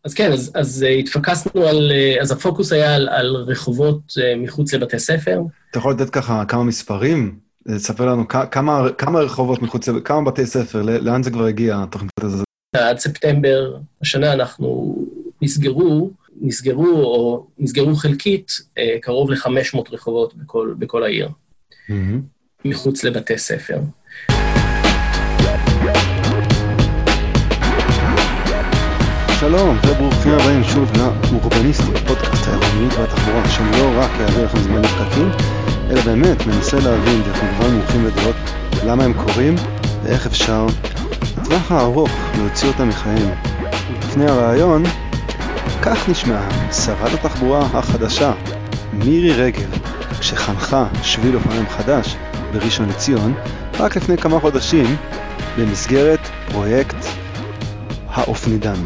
אז כן, אז התפקסנו אז הפוקוס היה על רחובות מחוץ לבתי ספר. אתה יכול לתת ככה כמה מספרים? תספר לנו כמה רחובות מחוץ, כמה בתי ספר, לאן זה כבר הגיע, התוכנית הזאת? עד ספטמבר השנה אנחנו נסגרו חלקית קרוב ל-500 רחובות בכל העיר, מחוץ לבתי ספר. שלום וברוכים הבאים שוב לאורבניסטי, פודקאסט העירוניות והתחבורה, שלא רק יעביר לכם זמן לפקקים, אלא באמת מנסה להבין דרך מגוון מומחים ודעות למה הם קורים ואיך אפשר לטווח הארוך להוציא אותם מחיים. לפני הרעיון, כך נשמעה שרת התחבורה החדשה, מירי רגב, כשחנכה שביל אופניים חדש בראשון לציון, רק לפני כמה חודשים, במסגרת פרויקט האופנידן.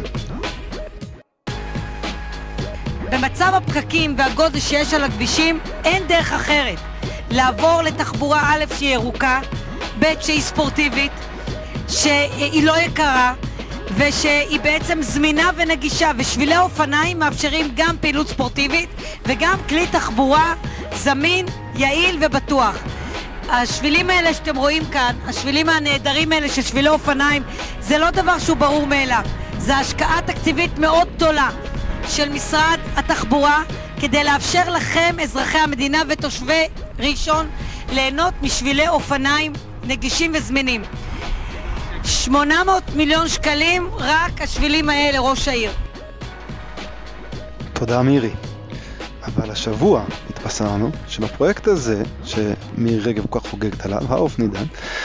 במצב הפקקים והגודל שיש על הכבישים, אין דרך אחרת לעבור לתחבורה א' שהיא ירוקה, ב' שהיא ספורטיבית, שהיא לא יקרה, ושהיא בעצם זמינה ונגישה, ושבילי אופניים מאפשרים גם פעילות ספורטיבית וגם כלי תחבורה זמין, יעיל ובטוח. השבילים האלה שאתם רואים כאן, השבילים הנהדרים האלה של שבילי אופניים, זה לא דבר שהוא ברור מאליו. זה השקעה תקציבית מאוד גדולה של משרד התחבורה, כדי לאפשר לכם, אזרחי המדינה ותושבי ראשון, ליהנות משבילי אופניים נגישים וזמינים. 800 מיליון שקלים רק השבילים האלה, ראש העיר. תודה מירי. אבל השבוע התבשרנו שבפרויקט הזה, שמירי רגב כל כך חוגגת עליו, האופנידן,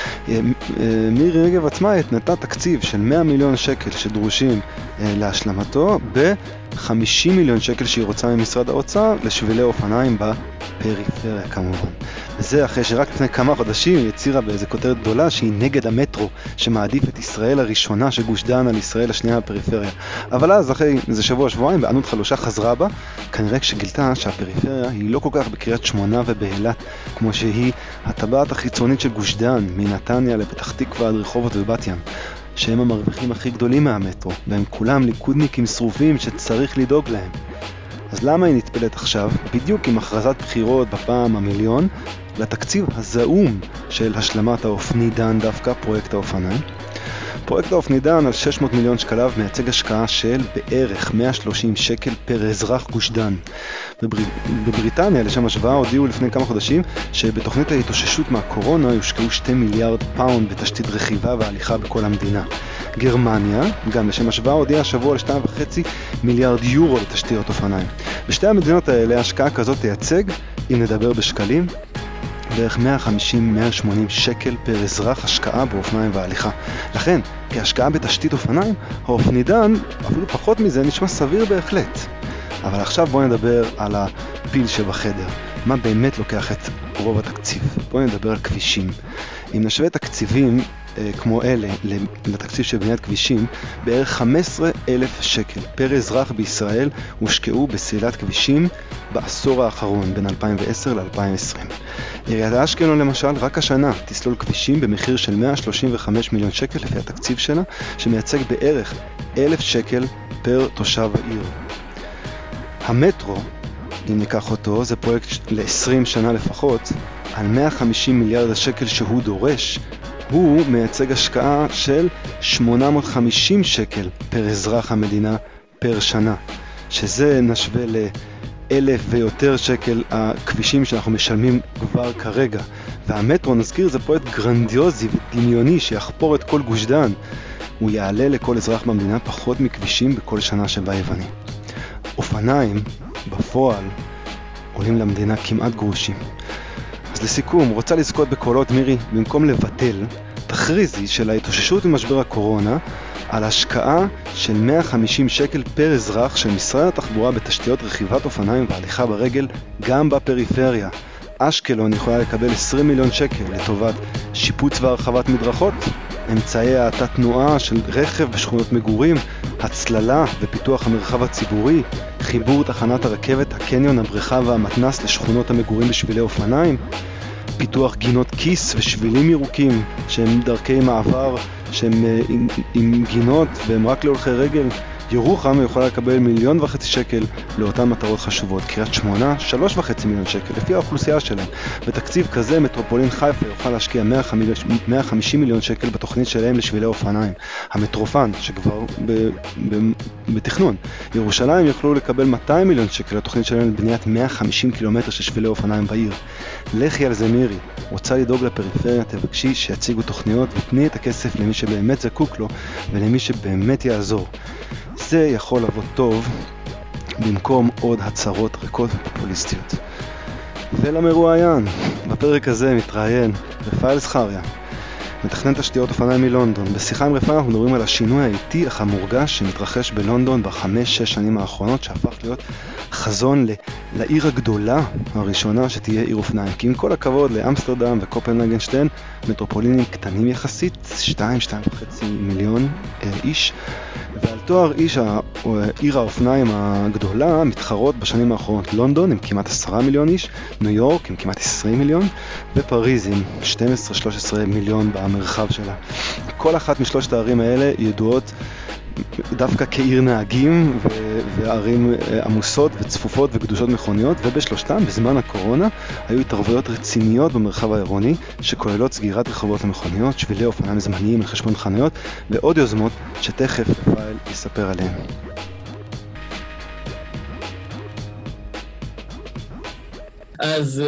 מירי רגב עצמה נתנה תקציב של 100 מיליון שקל שדרושים להשלמתו, ב-50 מיליון שקל שהיא רוצה ממשרד האוצר לשבילי אופניים בפריפריה כמובן. וזה אחרי שרק לפני כמה חודשים היא הצירה באיזה כותרת גדולה שהיא נגד המטרו, שמעדיף את ישראל הראשונה של גוש דן על ישראל השנייה בפריפריה. אבל אז אחרי איזה שבוע-שבועיים בענות חלושה חזרה בה, כנראה כשגילתה שהפריפריה היא לא כל כך בקריית שמונה ובאילת, כמו שהיא הטבעת החיצונית של גוש דן, מנתניה לפתח תקווה עד רחובות ובת ים, שהם המרוויחים הכי גדולים מהמטרו, והם כולם ליכודניקים שרופים שצריך לדאוג להם. אז למה היא נטפלת עכשיו, בדיוק עם הכרזת בחירות בפעם המיליון, לתקציב הזעום של השלמת האופנידן, דווקא פרויקט האופניים? פרויקט האופנידן על 600 מיליון שקליו מייצג השקעה של בערך 130 שקל פר אזרח גוש דן. בבריטניה, לשם השוואה, הודיעו לפני כמה חודשים שבתוכנית ההתאוששות מהקורונה יושקעו 2 מיליארד פאונד בתשתית רכיבה והליכה בכל המדינה. גרמניה, גם לשם השוואה, הודיעה השבוע על 2.5 מיליארד יורו לתשתיות אופניים. בשתי המדינות האלה השקעה כזאת תייצג, אם נדבר בשקלים, בערך 150-180 שקל פר אזרח השקעה באופניים והליכה. לכן, כהשקעה בתשתית אופניים, האופנידן, אפילו פחות מזה, נשמע סביר בהחלט. אבל עכשיו בואו נדבר על הפיל שבחדר. מה באמת לוקח את רוב התקציב? בואו נדבר על כבישים. אם נשווה תקציבים כמו אלה לתקציב של בניית כבישים, בערך 15,000 שקל פר אזרח בישראל הושקעו בסלילת כבישים בעשור האחרון, בין 2010 ל-2020. עיריית אשקלון למשל, רק השנה תסלול כבישים במחיר של 135 מיליון שקל לפי התקציב שלה, שמייצג בערך 1,000 שקל פר תושב העיר. המטרו, אם ניקח אותו, זה פרויקט ל-20 שנה לפחות, על 150 מיליארד השקל שהוא דורש, הוא מייצג השקעה של 850 שקל פר אזרח המדינה פר שנה, שזה נשווה ל1,000 ויותר שקל הכבישים שאנחנו משלמים כבר כרגע. והמטרו, נזכיר, זה פרויקט גרנדיוזי ודמיוני שיחפור את כל גוש דן. הוא יעלה לכל אזרח במדינה פחות מכבישים בכל שנה שבה יוונים. אופניים, בפועל, עולים למדינה כמעט גרושים. אז לסיכום, רוצה לזכות בקולות מירי, במקום לבטל, תכריזי של ההתאוששות ממשבר הקורונה על השקעה של 150 שקל פר אזרח של משרד התחבורה בתשתיות רכיבת אופניים והליכה ברגל גם בפריפריה. אשקלון יכולה לקבל 20 מיליון שקל לטובת שיפוץ והרחבת מדרכות, אמצעי האטת תנועה של רכב בשכונות מגורים, הצללה ופיתוח המרחב הציבורי, חיבור תחנת הרכבת, הקניון, הבריכה והמתנס לשכונות המגורים בשבילי אופניים, פיתוח גינות כיס ושבילים ירוקים שהם דרכי מעבר שהם עם גינות והם רק להולכי רגל, ירוחם יכולה לקבל 1.5 מיליון שקל לאותן מטרות חשובות. קריית שמונה 3.5 מיליון שקל לפי האוכלוסייה שלהם. בתקציב כזה מטרופולין חיפה יוכל להשקיע 150 מיליון שקל בתוכנית שלהם לשבילי אופניים. המטרופן שכבר בתכנון. ירושלים יוכלו לקבל 200 מיליון שקל לתוכנית שלהם לבניית 150 קילומטר של שבילי אופניים בעיר. לכי על זה מירי, רוצה לדאוג לפריפריה, תבקשי שיציגו תוכניות ותני את הכסף למי שבאמת זקוק לו ולמי שבאמת יעזור. זה יכול לעבוד טוב במקום עוד הצהרות ריקות ופופוליסטיות. ולמרואיין, בפרק הזה מתראיין רפאל זכריה, מתכנן תשתיות אופניים מלונדון. בשיחה עם רפאל אנחנו מדברים על השינוי האיטי אך המורגש שמתרחש בלונדון ב5-6 שנים האחרונות, שהפך להיות חזון לעיר הגדולה הראשונה שתהיה עיר אופניים. כי עם כל הכבוד לאמסטרדם וקופנהגן, שתיהן מטרופולינים קטנים יחסית, 2.5 מיליון איש, ועל תואר איש עיר האופניים הגדולה מתחרות בשנים האחרונות לונדון עם כמעט 10 מיליון איש, ניו יורק עם כמעט 20 מיליון, ופריז עם 12-13 מיליון במרחב שלה. כל אחת משלושת הערים האלה ידועות דווקא כעיר נהגים וערים עמוסות וצפופות וקדושות מכוניות, ובשלושתם בזמן הקורונה היו התערבויות רציניות במרחב העירוני שכוללות סגירת רחובות למכוניות, שבילי אופניים זמניים על חשבון חנויות ועוד יוזמות שתכף רפאל יספר עליהן. אז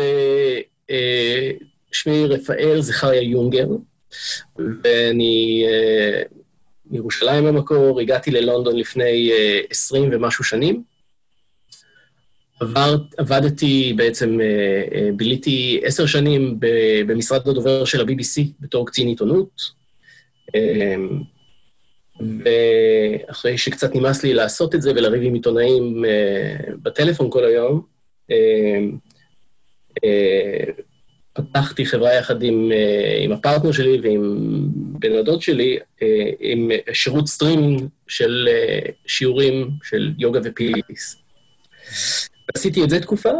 שמי רפאל זכריה יונגר, ואני מירושלים במקור, הגעתי ללונדון לפני 20 ומשהו שנים. עבדתי בעצם, ביליתי 10 שנים במשרד הדובר של ה-BBC בתור קצין עיתונות, ואחרי שקצת נמאס לי לעשות את זה ולריב עם עיתונאים בטלפון כל היום, פתחתי חברה יחד עם הפרטנר שלי ועם בן הדוד שלי, עם שירות סטרימינג של שיעורים של יוגה ופילאטיס. עשיתי את זה תקופה,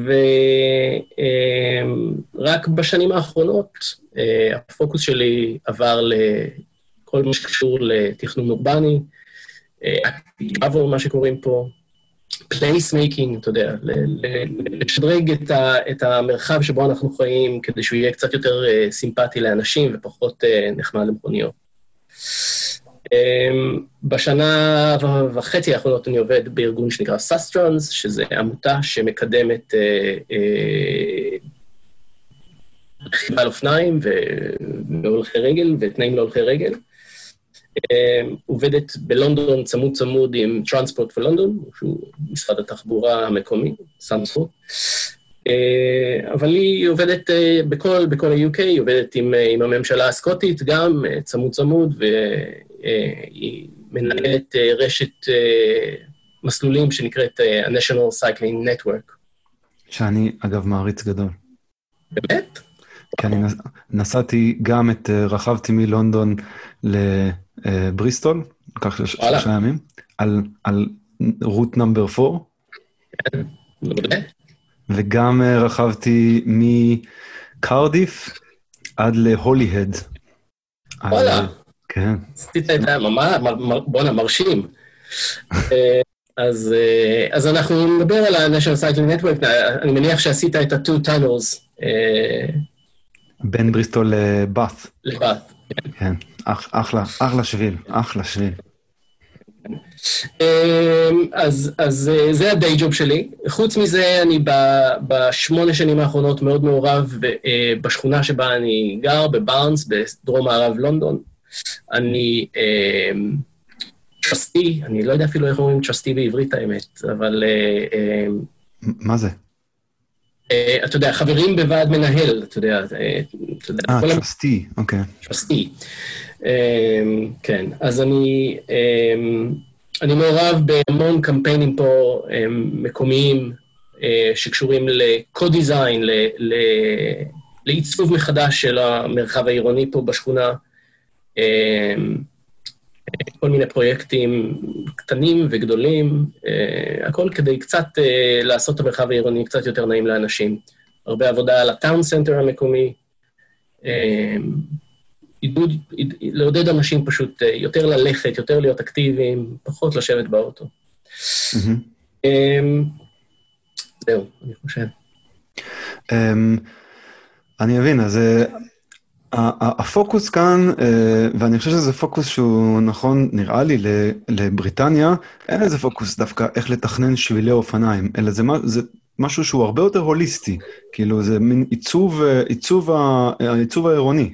ורק בשנים האחרונות הפוקוס שלי עבר לכל מה שקשור לתכנון אורבני, עבור מה שקוראים פה, פלייסמייקינג, אתה יודע, לשדרג את המרחב שבו אנחנו חיים, כדי שהוא יהיה קצת יותר סימפטי לאנשים ופחות נחמד למכוניות. בשנה וחצי האחרונות אני עובד בארגון שנקרא סאסטרונס, שזה עמותה שמקדמת רכיבה על אופניים והולכי רגל ותנאים להולכי רגל. עובדת בלונדון צמוד עם Transport for London, שהוא משרד התחבורה המקומי, סמספורט. אבל היא עובדת בכל ה-UK, היא עובדת עם הממשלה הסקוטית גם, צמוד, והיא מנהלת רשת מסלולים שנקראת ה-National Cycling Network. שאני אגב מעריץ גדול. באמת? כי אני נסעתי גם רכבתי מלונדון לבריסטול, לקח 3 ימים, על רוט נאמבר 4. כן, מעולה. וגם רכבתי מקרדיף עד להולי-הד. וואלה. כן. עשית את זה, בונה, מרשים. אז אנחנו נדבר על ה-National Cycling Network, אני מניח שעשית את ה-2 tunnels. בין בריסטול לבאת'. לבאת'. כן, אחלה שביל. אז זה הדיי ג'וב שלי. חוץ מזה, אני ב8 שנים האחרונות מאוד מעורב בשכונה שבה אני גר, בבארנס, בדרום מערב לונדון. אני טרסטי, אני לא יודע אפילו איך אומרים טרסטי בעברית האמת, אבל מה זה? אתה יודע, חברים בוועד מנהל, אתה יודע. טרסטי, אוקיי. טרסטי. כן, אז אני מעורב בהמון קמפיינים פה מקומיים שקשורים לקו-דיזיין, לעיצוב מחדש של המרחב העירוני פה בשכונה, כל מיני פרויקטים קטנים וגדולים, הכל כדי קצת לעשות את המרחב העירוני קצת יותר נעים לאנשים. הרבה עבודה על הטאון סנטר המקומי, לעודד אנשים פשוט יותר ללכת, יותר להיות אקטיביים, פחות לשבת באוטו. זהו, אני חושב. אני אבין, אז הפוקוס כאן, ואני חושב שזה פוקוס שהוא נכון, נראה לי, לבריטניה, אין איזה פוקוס דווקא איך לתכנן שבילי אופניים, אלא זה משהו שהוא הרבה יותר הוליסטי, כאילו זה מין עיצוב העירוני.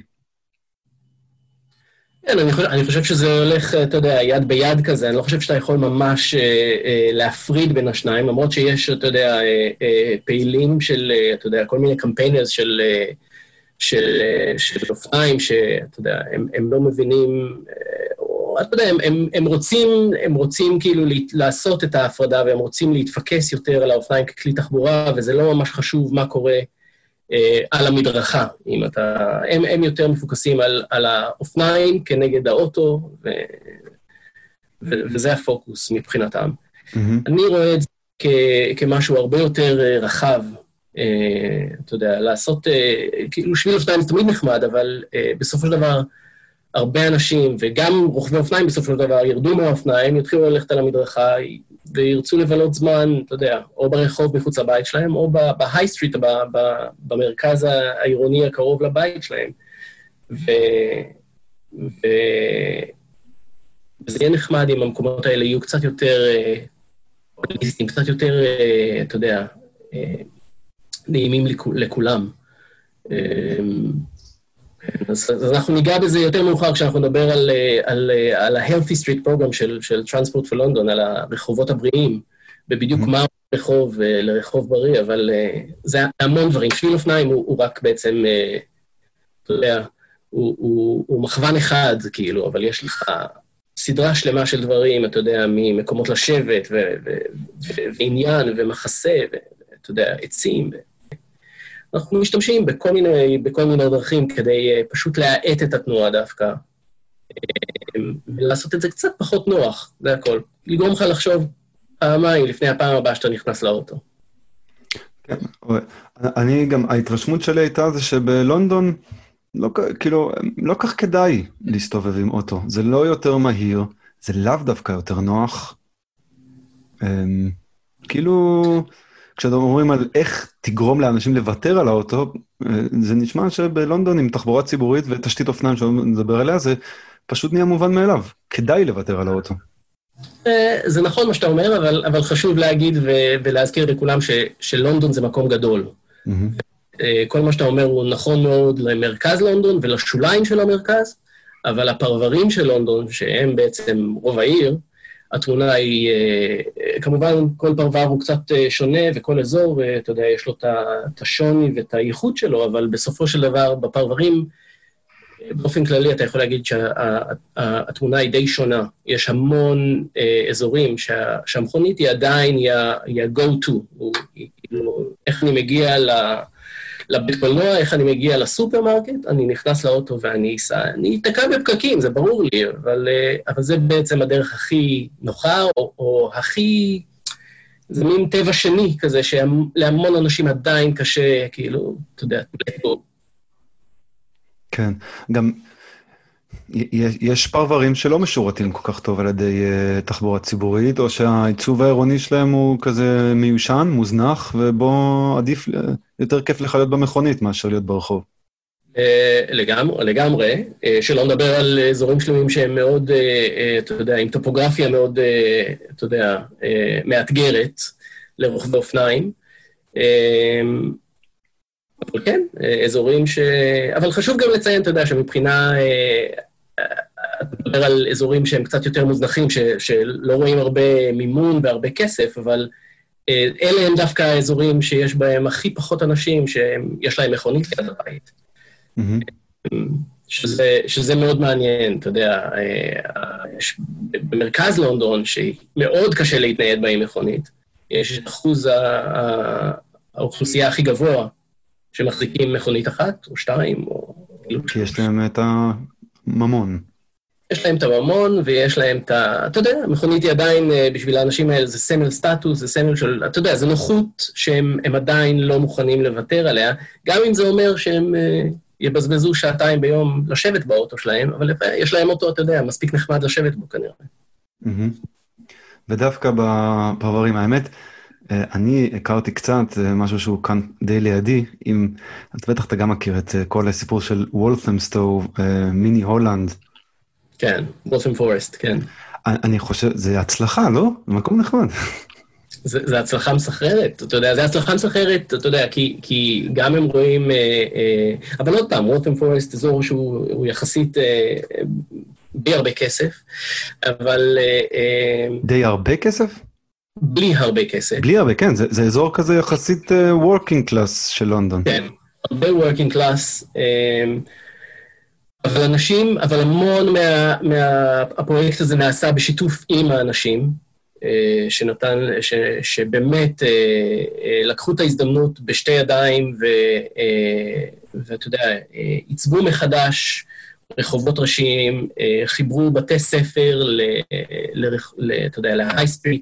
כן, אני חושב שזה הולך, אתה יודע, יד ביד כזה, אני לא חושב שאתה יכול ממש להפריד בין השניים, למרות שיש, אתה יודע, פעילים של, אתה יודע, כל מיני קמפיינרס של אופניים, שאתה יודע, הם לא מבינים, או, אתה יודע, הם רוצים כאילו לעשות את ההפרדה, והם רוצים להתפקס יותר על האופניים ככלי תחבורה, וזה לא ממש חשוב מה קורה על המדרכה, אם הם יותר מפוקסים על האופניים כנגד האוטו, וזה הפוקוס מבחינתם. אני רואה את זה כמשהו הרבה יותר רחב, אתה יודע, לעשות, כאילו שביל אופניים זה תמיד נחמד, אבל בסופו של דבר, הרבה אנשים, וגם רוכבי אופניים בסופו של דבר, ירדו מהאופניים, יתחילו ללכת על המדרכה, וירצו לבלות זמן, אתה יודע, או ברחוב מחוץ לבית שלהם, או בהיי סטריט, במרכז העירוני הקרוב לבית שלהם. וזה יהיה נחמד אם המקומות האלה יהיו קצת יותר, קצת יותר, אתה יודע, נעימים לכולם. אז אנחנו ניגע בזה יותר מאוחר כשאנחנו נדבר על ה-Healthy Street Program של Transport for London, על הרחובות הבריאים, ובדיוק מה רחוב לרחוב בריא, אבל זה המון דברים. שביל אופניים הוא רק בעצם, אתה יודע, הוא מכוון אחד, כאילו, אבל יש לך סדרה שלמה של דברים, אתה יודע, ממקומות לשבת, ועניין, ומחסה, ואתה יודע, עצים, אנחנו משתמשים בכל מיני דרכים כדי פשוט להאט את התנועה דווקא, ולעשות את זה קצת פחות נוח, זה הכל. לגרום לך לחשוב פעמיים לפני הפעם הבאה שאתה נכנס לאוטו. כן, אני גם, ההתרשמות שלי הייתה זה שבלונדון, כאילו, לא כך כדאי להסתובב עם אוטו. זה לא יותר מהיר, זה לאו דווקא יותר נוח. כאילו, כשאתם אומרים על איך תגרום לאנשים לוותר על האוטו, זה נשמע שבלונדון עם תחבורה ציבורית ותשתית אופניים שנדבר עליה, זה פשוט נהיה מובן מאליו. כדאי לוותר על האוטו. זה נכון מה שאתה אומר, אבל חשוב להגיד ולהזכיר לכולם שלונדון זה מקום גדול. כל מה שאתה אומר הוא נכון מאוד למרכז לונדון ולשוליים של המרכז, אבל הפרברים של לונדון, שהם בעצם רוב העיר, התמונה היא, כמובן כל פרבר הוא קצת שונה, וכל אזור, אתה יודע, יש לו את השוני ואת הייחוד שלו, אבל בסופו של דבר בפרברים, באופן כללי אתה יכול להגיד שהתמונה היא די שונה. יש המון אזורים שהמכונית היא עדיין, היא ה-go-to, איך אני מגיע לבית קולנוע, איך אני מגיע לסופרמרקט, אני נכנס לאוטו ואני אתקע בפקקים, זה ברור לי, אבל זה בעצם הדרך הכי נוחה, או הכי, זה מין טבע שני כזה, שלהמון אנשים עדיין קשה, כאילו, אתה יודע, כן, גם יש פרברים שלא משורתים כל כך טוב על ידי תחבורה ציבורית, או שהעיצוב העירוני שלהם הוא כזה מיושן, מוזנח, ובו עדיף, יותר כיף לחיות במכונית מאשר להיות ברחוב. לגמרי, שלא נדבר על אזורים שלמים שהם מאוד, אתה יודע, עם טופוגרפיה מאוד, אתה יודע, מאתגרת לרוכבי אופניים. אבל כן, אזורים אבל חשוב גם לציין, אתה יודע, שמבחינה, אתה מדבר על אזורים שהם קצת יותר מוזנחים, שלא רואים הרבה מימון והרבה כסף, אבל אלה הם דווקא האזורים שיש בהם הכי פחות אנשים, שיש להם מכונית ליד הבית. שזה מאוד מעניין, אתה יודע, במרכז לונדון, שמאוד קשה להתנייד בה עם מכונית, יש אחוז האוכלוסייה הכי גבוה, שמחזיקים מכונית אחת, או שתיים, או... כי יש להם את הממון. יש להם את הממון, ויש להם את אתה יודע, מכונית היא עדיין, בשביל האנשים האלה, זה סמל סטטוס, זה סמל של... אתה יודע, זה נוחות שהם עדיין לא מוכנים לוותר עליה, גם אם זה אומר שהם יבזבזו שעתיים ביום לשבת באוטו שלהם, אבל יש להם אוטו, אתה יודע, מספיק נחמד לשבת בו כנראה. ודווקא בפרברים, האמת, אני הכרתי קצת משהו שהוא כאן די לידי, בטח אתה גם מכיר את כל הסיפור של וולת'מסטו, מיני הולנד. כן, וולת'ם פורסט, כן. אני חושב, זה הצלחה, לא? זה מקום נחמד. זה הצלחה מסחררת, אתה יודע, זה הצלחה מסחררת, אתה יודע, כי גם הם רואים, אבל עוד פעם, וולת'ם פורסט, אזור שהוא יחסית די הרבה כסף, אבל... די הרבה כסף? בלי הרבה כסף. בלי הרבה, כן, זה אזור כזה יחסית working class של לונדון. כן, הרבה working class, אבל המון מהפרויקט הזה נעשה בשיתוף עם האנשים, שבאמת לקחו את ההזדמנות בשתי ידיים, ואתה יודע, עיצבו מחדש רחובות ראשיים, חיברו בתי ספר אתה יודע, להיי סטריט,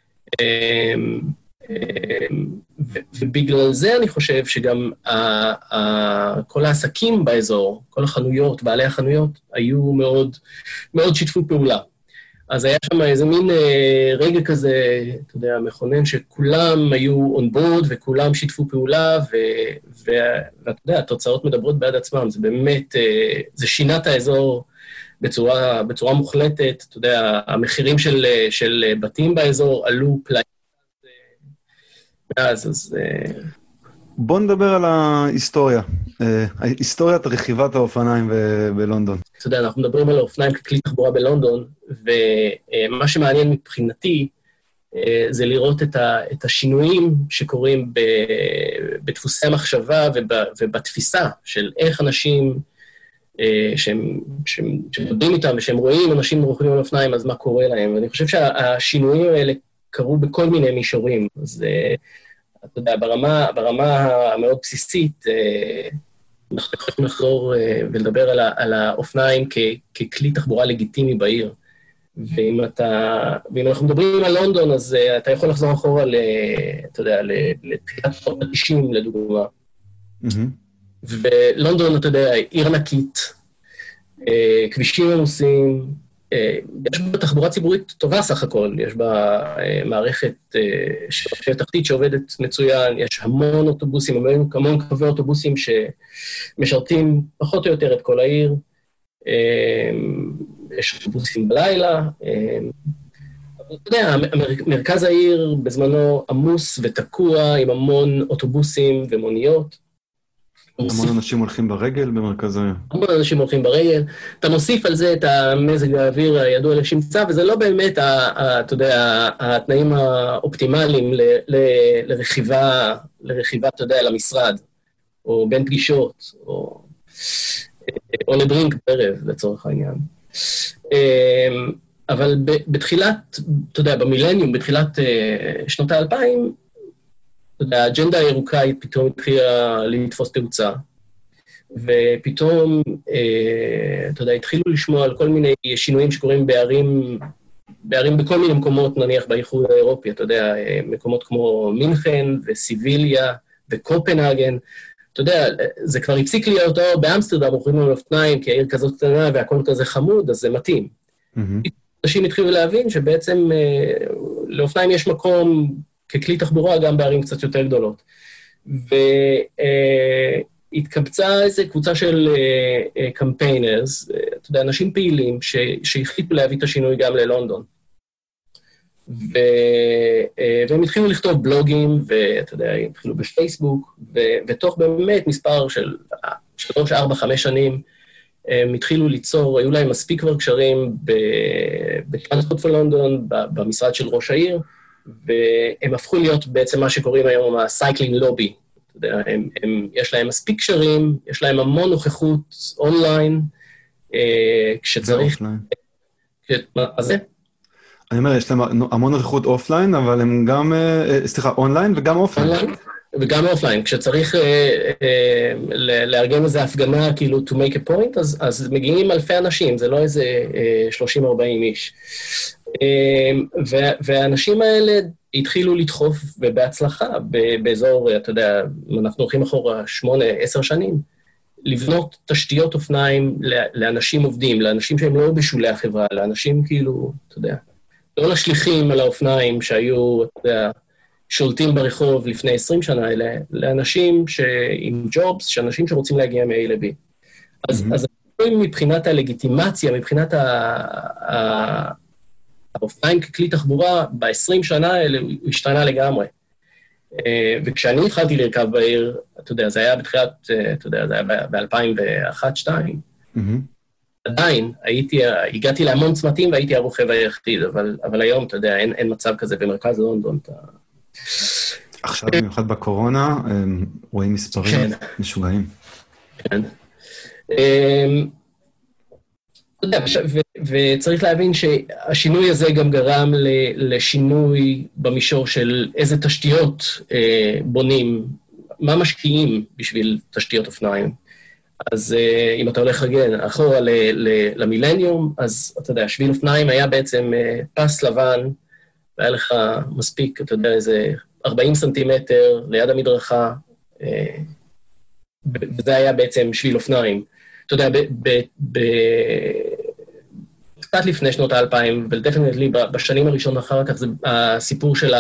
ובגלל זה אני חושב שגם כל העסקים באזור, כל החנויות, בעלי החנויות, היו מאוד, מאוד שיתפו פעולה. אז היה שם איזה מין רגע כזה, אתה יודע, מכונן, שכולם היו on board וכולם שיתפו פעולה, ואתה יודע, התוצאות מדברות בעד עצמם. זה באמת, זה שינה את האזור בצורה מוחלטת. אתה יודע, המחירים של בתים באזור עלו פלאים. אז... בוא נדבר על ההיסטוריה. היסטוריית רכיבת האופניים בלונדון. אתה יודע, אנחנו מדברים על האופניים ככלי תחבורה בלונדון, ומה שמעניין מבחינתי זה לראות את השינויים שקורים בדפוסי המחשבה ובתפיסה של איך אנשים שמדברים איתם ושהם רואים אנשים רוכבים על אופניים, אז מה קורה להם. ואני חושב שהשינויים האלה קרו בכל מיני מישורים. אז אתה יודע, ברמה המאוד בסיסית, אנחנו יכולים לחזור ולדבר על האופניים ככלי תחבורה לגיטימי בעיר. ואם אנחנו מדברים על לונדון, אז אתה יכול לחזור אחורה, אתה יודע, לתחילת שנות ה-90, לדוגמה. ולונדון, אתה יודע, עיר ענקית, כבישים עמוסים, יש בה תחבורה ציבורית טובה סך הכל, יש בה מערכת תחתית שעובדת מצוין, יש המון אוטובוסים, המון קווי אוטובוסים שמשרתים פחות או יותר את כל העיר, יש אוטובוסים בלילה, אבל אתה יודע, מרכז העיר בזמנו עמוס ותקוע עם המון אוטובוסים ומוניות, המון אנשים הולכים ברגל במרכז העיר. המון אנשים הולכים ברגל. אתה מוסיף על זה את המזג האוויר הידוע לשמצה, וזה לא באמת, אתה יודע, התנאים האופטימליים לרכיבה, אתה יודע, למשרד, או בין פגישות, או לדרינק בערב, לצורך העניין. אבל בתחילת, אתה יודע, במילניום, בתחילת שנות ה-2000, האג'נדה הירוקאית פתאום התחילה לתפוס תאוצה, ופתאום, אתה יודע, התחילו לשמוע על כל מיני שינויים שקורים בערים בכל מיני מקומות, נניח באיחוד האירופי, אתה יודע, מקומות כמו מינכן וסיביליה וקופנהגן, אתה יודע, זה כבר הפסיק להיות באמסטרדם, מוכרים על אופניים, כי העיר כזאת קטנה והכל כזה חמוד, אז זה מתאים. אנשים התחילו להבין שבעצם לאופניים יש מקום ככלי תחבורה גם בערים קצת יותר גדולות. והתקבצה איזו קבוצה של קמפיינרס, אתה יודע, אנשים פעילים שהחליטו להביא את השינוי גם ללונדון. והם התחילו לכתוב בלוגים, ואתה יודע, הם התחילו בפייסבוק, ותוך באמת מספר של 3, 4, 5 שנים, הם התחילו ליצור, היו להם מספיק כבר קשרים בטרנספורט פור לונדון, במשרד של ראש העיר, והם הפכו להיות בעצם מה שקוראים היום הסייקלינג לובי. אתה יודע, יש להם מספיק קשרים, יש להם המון נוכחות אונליין, כשצריך... מה זה? אני אומר, יש להם המון נוכחות אופליין, אבל הם גם, אונליין וגם אופליין. וגם אופליין. כשצריך לארגן איזו הפגנה, כאילו, to make a point, אז מגיעים אלפי אנשים, זה לא איזה 30-40 איש. והאנשים האלה התחילו לדחוף, ובהצלחה, באזור, אתה יודע, אנחנו הולכים אחורה 8-10 שנים, לבנות תשתיות אופניים לאנשים עובדים, לאנשים שהם לא בשולי החברה, לאנשים כאילו, אתה יודע, לא לשליחים על האופניים שהיו, אתה יודע, שולטים ברחוב לפני 20 שנה, אלא לאנשים עם ג'ובס, שאנשים שרוצים להגיע מ-A ל-B. אז מבחינת הלגיטימציה, מבחינת האופניים ככלי תחבורה, ב-20 שנה האלה הוא השתנה לגמרי. וכשאני התחלתי לרכב בעיר, אתה יודע, זה היה בתחילת, אתה יודע, זה היה ב-2001-2002, עדיין הגעתי להמון צמתים והייתי הרוכב היחיד, אבל היום, אתה יודע, אין מצב כזה במרכז לונדון. עכשיו, במיוחד בקורונה, רואים מספרים משוגעים. כן. וצריך להבין שהשינוי הזה גם גרם לשינוי במישור של איזה תשתיות בונים, מה משקיעים בשביל תשתיות אופניים. אז אם אתה הולך רגע אחורה למילניום, אז אתה יודע, שביל אופניים היה בעצם פס לבן, והיה לך מספיק, אתה יודע, איזה 40 סנטימטר ליד המדרכה, וזה היה בעצם שביל אופניים. אתה יודע, קצת לפני שנות ה-2000, ודפנטלי בשנים הראשונות אחר כך, זה הסיפור של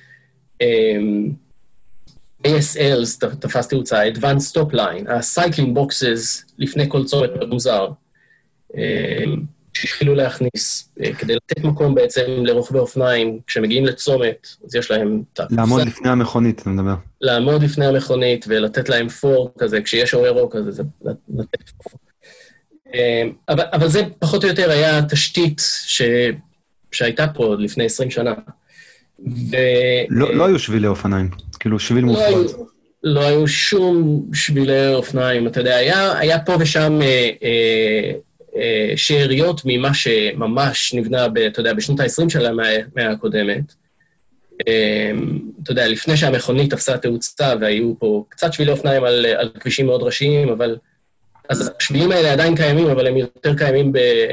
ASLs, תפס תאוצה, Advanced Stop Line, ה-Cycling Boxes, לפני כל צומת מוזר, שהתחילו להכניס, כדי לתת מקום בעצם לרוכבי אופניים, כשמגיעים לצומת, אז יש להם... לעמוד לפני המכונית, אתה מדבר. לעמוד לפני המכונית, ולתת להם פור כזה, כשיש אור ירוק כזה, זה לתת פור. אבל זה פחות או יותר היה תשתית שהייתה פה לפני 20 שנה. לא היו שבילי אופניים, כאילו שביל מופרד. לא היו שום שבילי אופניים, אתה יודע, היה פה ושם שאריות ממה שממש נבנה, אתה יודע, בשנות ה-20 של המאה הקודמת. אתה יודע, לפני שהמכונית תפסה תאוצה, והיו פה קצת שבילי אופניים על כבישים מאוד ראשיים, אבל... אז השבילים האלה עדיין קיימים, אבל הם יותר קיימים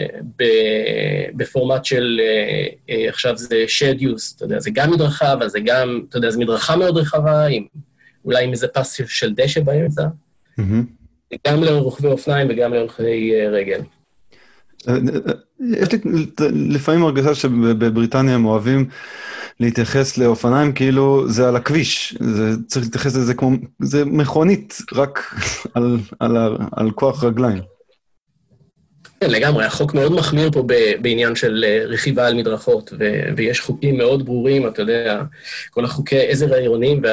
בפורמט של, עכשיו זה shared use, אתה יודע, זה גם מדרכה, אבל זה גם, אתה יודע, זה מדרכה מאוד רחבה, אולי עם איזה פס של דשא באמצע, גם לרוכבי אופניים וגם להולכי רגל. יש לי לפעמים הרגשה שבבריטניה הם אוהבים להתייחס לאופניים כאילו זה על הכביש, צריך להתייחס לזה כמו, זה מכונית רק על כוח רגליים. כן, לגמרי, החוק מאוד מחמיר פה בעניין של רכיבה על מדרכות, ויש חוקים מאוד ברורים, אתה יודע, כל החוקי עזר העירוניים,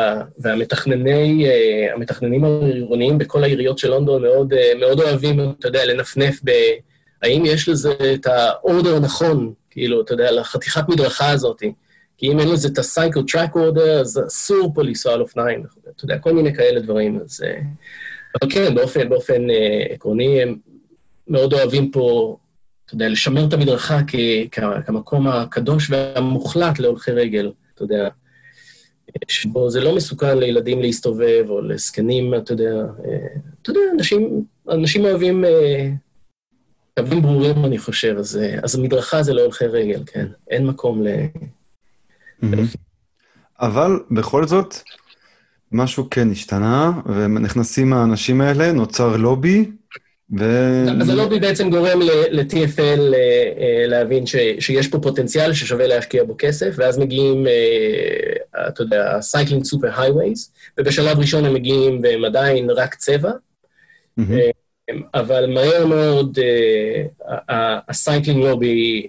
והמתכננים העירוניים בכל העיריות של לונדון מאוד אוהבים, אתה יודע, לנפנף האם יש לזה את האורדר הנכון, כאילו, אתה יודע, לחתיכת מדרכה הזאת, כי אם אין לזה את ה-cycle track order, אז אסור פה לנסוע על אופניים, אתה יודע, כל מיני כאלה דברים, אז... אבל כן, באופן עקרוני, הם מאוד אוהבים פה, אתה יודע, לשמר את המדרכה כמקום הקדוש והמוחלט להולכי רגל, אתה יודע, שבו זה לא מסוכן לילדים להסתובב, או לזקנים, אתה יודע, אנשים אוהבים... קווים ברורים, אני חושב, אז המדרכה זה לא הולכי רגל, כן. אין מקום אבל בכל זאת, משהו כן השתנה, ונכנסים האנשים האלה, נוצר לובי, אז הלובי בעצם גורם ל-TFL להבין שיש פה פוטנציאל ששווה להשקיע בו כסף, ואז מגיעים, אתה יודע, Cycling Super Highways, ובשלב ראשון הם מגיעים והם עדיין רק צבע, אבל מהר מאוד הסייקלינג לובי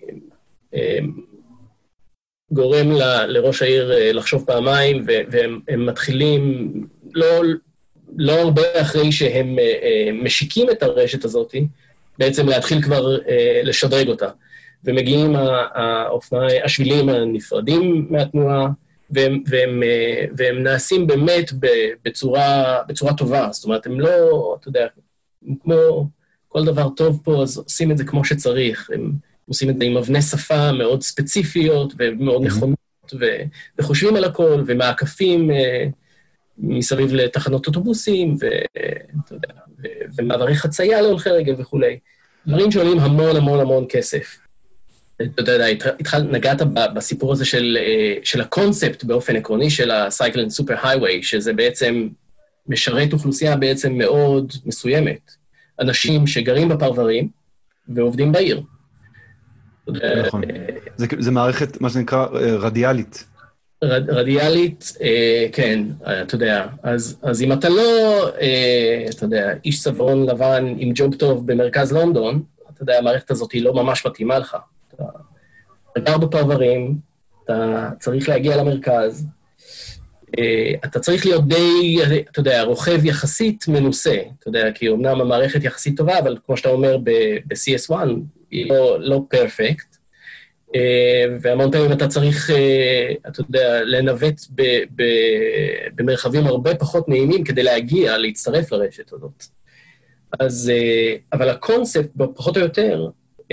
גורם לראש העיר לחשוב פעמיים, והם מתחילים, לא הרבה אחרי שהם משיקים את הרשת הזאת, בעצם להתחיל כבר לשדרג אותה. ומגיעים השבילים הנפרדים מהתנועה, והם נעשים באמת בצורה טובה. זאת אומרת, הם לא, אתה יודע, כמו כל דבר טוב פה, אז עושים את זה כמו שצריך. הם עושים את זה עם אבני שפה מאוד ספציפיות ומאוד נכונות, וחושבים על הכל, ומעקפים מסביב לתחנות אוטובוסים, ומעברי חצייה להולכי רגל וכו'. דברים שעולים המון המון המון כסף. אתה יודע, נגעת בסיפור הזה של הקונספט באופן עקרוני של ה-Cycling Super Highway, שזה בעצם משרת אוכלוסייה בעצם מאוד מסוימת. אנשים שגרים בפרברים ועובדים בעיר. נכון. זה מערכת, מה שנקרא, רדיאלית. רדיאלית, כן, אתה יודע. אז אם אתה לא, אתה יודע, איש צווארון לבן עם ג'וב טוב במרכז לונדון, אתה יודע, המערכת הזאת היא לא ממש מתאימה לך. אתה גר בפרברים, אתה צריך להגיע למרכז, אתה צריך להיות די, אתה יודע, רוכב יחסית מנוסה, אתה יודע, כי אמנם המערכת יחסית טובה, אבל כמו שאתה אומר, ב-CS1 היא לא פרפקט, והמון פעמים אתה צריך, אתה יודע, לנווט במרחבים הרבה פחות נעימים כדי להגיע, להצטרף לרשת הזאת. אז, אבל הקונספט, פחות או יותר,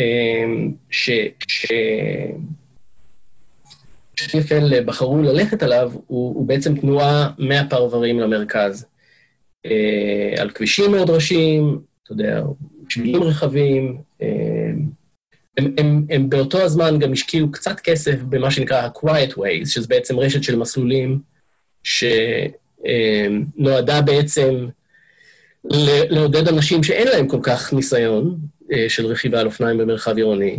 שפל בחרו ללכת עליו, הוא בעצם תנועה מהפרברים למרכז. על כבישים מאוד ראשיים, אתה יודע, שבילים רחבים, הם באותו הזמן גם השקיעו קצת כסף במה שנקרא ה-Quiet Ways, שזה בעצם רשת של מסלולים שנועדה בעצם לעודד אנשים שאין להם כל כך ניסיון של רכיבה על אופניים במרחב עירוני,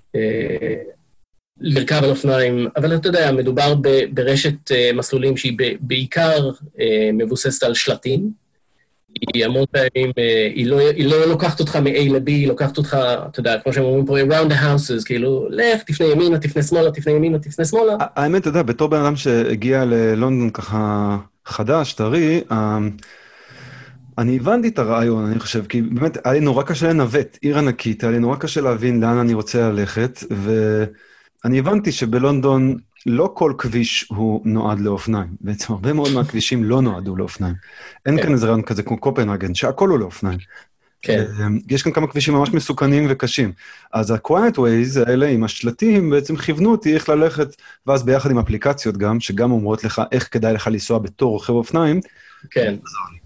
לרכב על אופניים, אבל אתה יודע, מדובר ברשת מסלולים שהיא בעיקר מבוססת על שלטים, היא המון פעמים, היא לא לוקחת אותך מ-A ל-B, היא לוקחת אותך, אתה יודע, כמו שהם אומרים פה, around the houses, כאילו, לך, תפנה ימינה, תפנה שמאלה, תפנה ימינה, תפנה שמאלה. האמת, אתה יודע, בתור בן אדם שהגיע ללונדון ככה חדש, טרי, אני הבנתי את הרעיון, אני חושב, כי באמת היה לי נורא קשה לנווט, עיר ענקית, היה לי נורא קשה להבין לאן אני רוצה ללכת, ואני הבנתי שבלונדון לא כל כביש הוא נועד לאופניים, בעצם הרבה מאוד מהכבישים לא נועדו לאופניים. אין כאן איזה רעיון כזה כמו קופנהגן, שהכל הוא לאופניים. יש כאן כמה כבישים ממש מסוכנים וקשים. אז ה-Quiet Ways האלה עם השלטים בעצם כיוונו אותי איך ללכת, ואז ביחד עם אפליקציות גם, שגם אומרות לך איך כדאי לך לנסוע בתור רוכב אופניים. כן.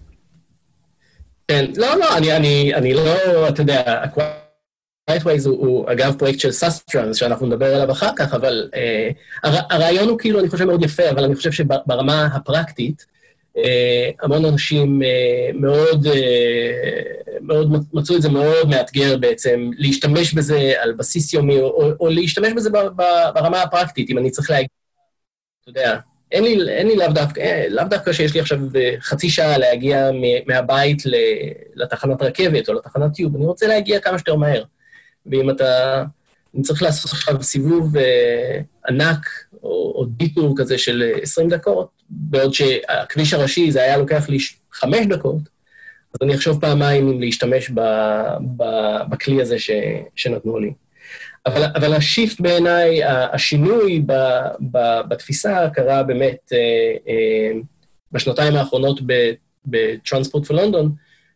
כן, לא, אני לא, אתה יודע, ה-Quiet Ways הוא אגב פרויקט של סאסטרנס, שאנחנו נדבר עליו אחר כך, אבל הרעיון הוא כאילו, אני חושב מאוד יפה, אבל אני חושב שברמה הפרקטית, המון אנשים מאוד מצאו את זה מאוד מאתגר בעצם, להשתמש בזה על בסיס יומי, או להשתמש בזה ברמה הפרקטית, אם אני צריך להגיד, אתה יודע, אין לי לאו דווקא שיש לי עכשיו חצי שעה להגיע מהבית לתחנת רכבת או לתחנת טיוב, אני רוצה להגיע כמה שיותר מהר. ואם אני צריך לעשות עכשיו סיבוב ענק או דיטור כזה של 20 דקות, בעוד שהכביש הראשי זה היה לוקח לי 5 דקות, אז אני אחשוב פעמיים אם להשתמש בכלי הזה שנתנו לי. אבל השיפט בעיניי, השינוי בתפיסה קרה באמת בשנתיים האחרונות בטרנספורט פור לונדון,